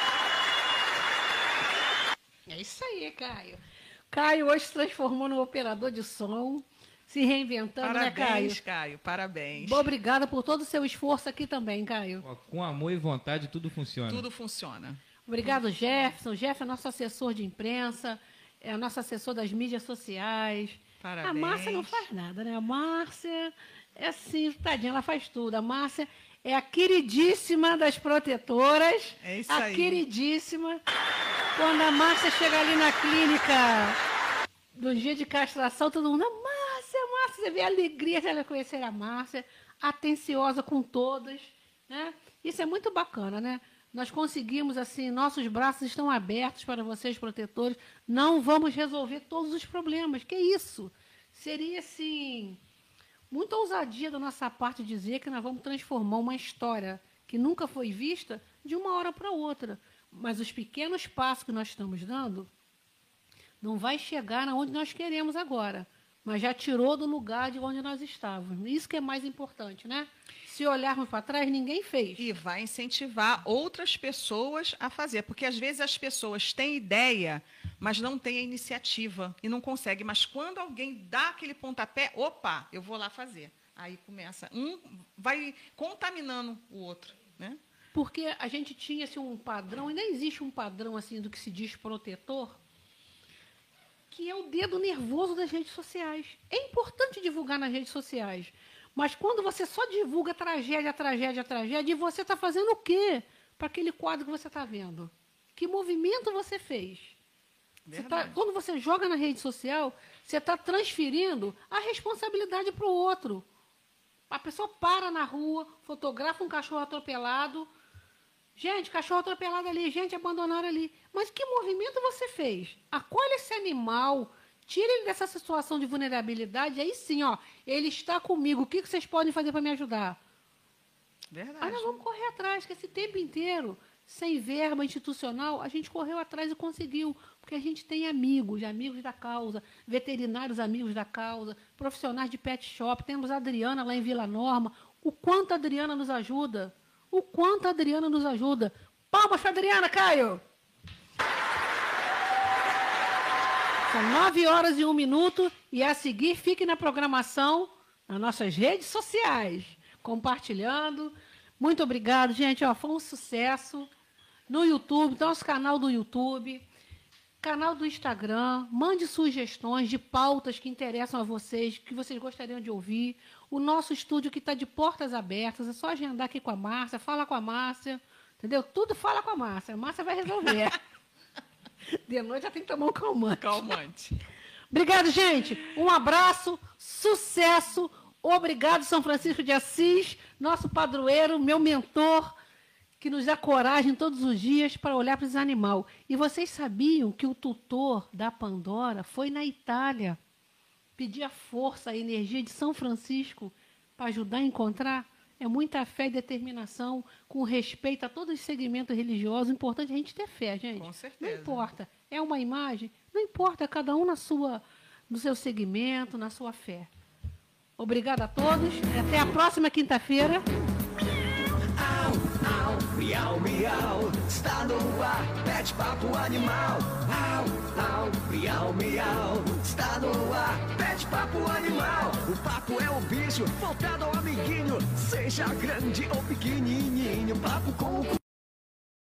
É isso aí, Caio. Caio hoje se transformou num operador de som, se reinventando, parabéns, né, Caio? Parabéns, Caio. Parabéns. Obrigada por todo o seu esforço aqui também, Caio. Com amor e vontade, tudo funciona. Tudo funciona. Obrigado, Jefferson. O Jefferson é nosso assessor de imprensa, é nosso assessor das mídias sociais. Parabéns. A Márcia não faz nada, né? A Márcia é assim, tadinha, ela faz tudo. A Márcia é a queridíssima das protetoras. É isso aí. A queridíssima. Quando a Márcia chega ali na clínica do dia de castração, todo mundo, Márcia, você vê a alegria de ela conhecer a Márcia, atenciosa com todas, né? Isso é muito bacana, né? Nós conseguimos, assim, nossos braços estão abertos para vocês, protetores. Não vamos resolver todos os problemas. Que isso? Seria, assim, muita ousadia da nossa parte dizer que nós vamos transformar uma história que nunca foi vista de uma hora para outra. Mas os pequenos passos que nós estamos dando não vai chegar aonde nós queremos agora, mas já tirou do lugar de onde nós estávamos. Isso que é mais importante, né? Se olharmos para trás, ninguém fez. E vai incentivar outras pessoas a fazer, porque às vezes as pessoas têm ideia, mas não têm a iniciativa e não conseguem. Mas quando alguém dá aquele pontapé, opa, eu vou lá fazer. Aí começa, vai contaminando o outro, né? porque a gente tinha assim, um padrão, ainda existe um padrão assim do que se diz protetor, que é o dedo nervoso das redes sociais. É importante divulgar nas redes sociais, mas quando você só divulga tragédia, tragédia, tragédia, e você está fazendo o quê para aquele quadro que você está vendo? Que movimento você fez? Quando você joga na rede social, você está transferindo a responsabilidade para o outro. A pessoa para na rua, fotografa um cachorro atropelado. Gente, cachorro atropelado ali, gente, abandonaram ali. Mas que movimento você fez? Acolhe esse animal, tira ele dessa situação de vulnerabilidade, aí sim, ó, ele está comigo, o que vocês podem fazer para me ajudar? Verdade. Aí nós vamos correr atrás, que esse tempo inteiro, sem verba institucional, a gente correu atrás e conseguiu, porque a gente tem amigos da causa, veterinários amigos da causa, profissionais de pet shop, temos a Adriana lá em Vila Norma, o quanto a Adriana nos ajuda, Palmas para a Adriana, Caio! São 9h01 e a seguir fique na programação nas nossas redes sociais, compartilhando. Muito obrigado, gente. Ó, foi um sucesso. No YouTube, nosso canal do YouTube, canal do Instagram. Mande sugestões de pautas que interessam a vocês, que vocês gostariam de ouvir. O nosso estúdio que está de portas abertas. É só agendar aqui com a Márcia, fala com a Márcia. Entendeu? Tudo fala com a Márcia. A Márcia vai resolver. De noite já tem que tomar um calmante. Calmante. Obrigado, gente. Um abraço, sucesso. Obrigado, São Francisco de Assis, nosso padroeiro, meu mentor, que nos dá coragem todos os dias para olhar para esse animal. E vocês sabiam que o tutor da Pandora foi na Itália pedir a força, a energia de São Francisco para ajudar a encontrar? É muita fé e determinação, com respeito a todos os segmentos religiosos. O importante é a gente ter fé, gente. Com certeza. Não importa. É uma imagem? Não importa. Cada um no seu segmento, na sua fé. Obrigada a todos. E até a próxima quinta-feira. Miau, miau, está no ar, Pet Papo Animal. Miau, miau, está no ar, Pet Papo Animal. O papo é o bicho, voltado ao amiguinho, seja grande ou pequenininho, papo com o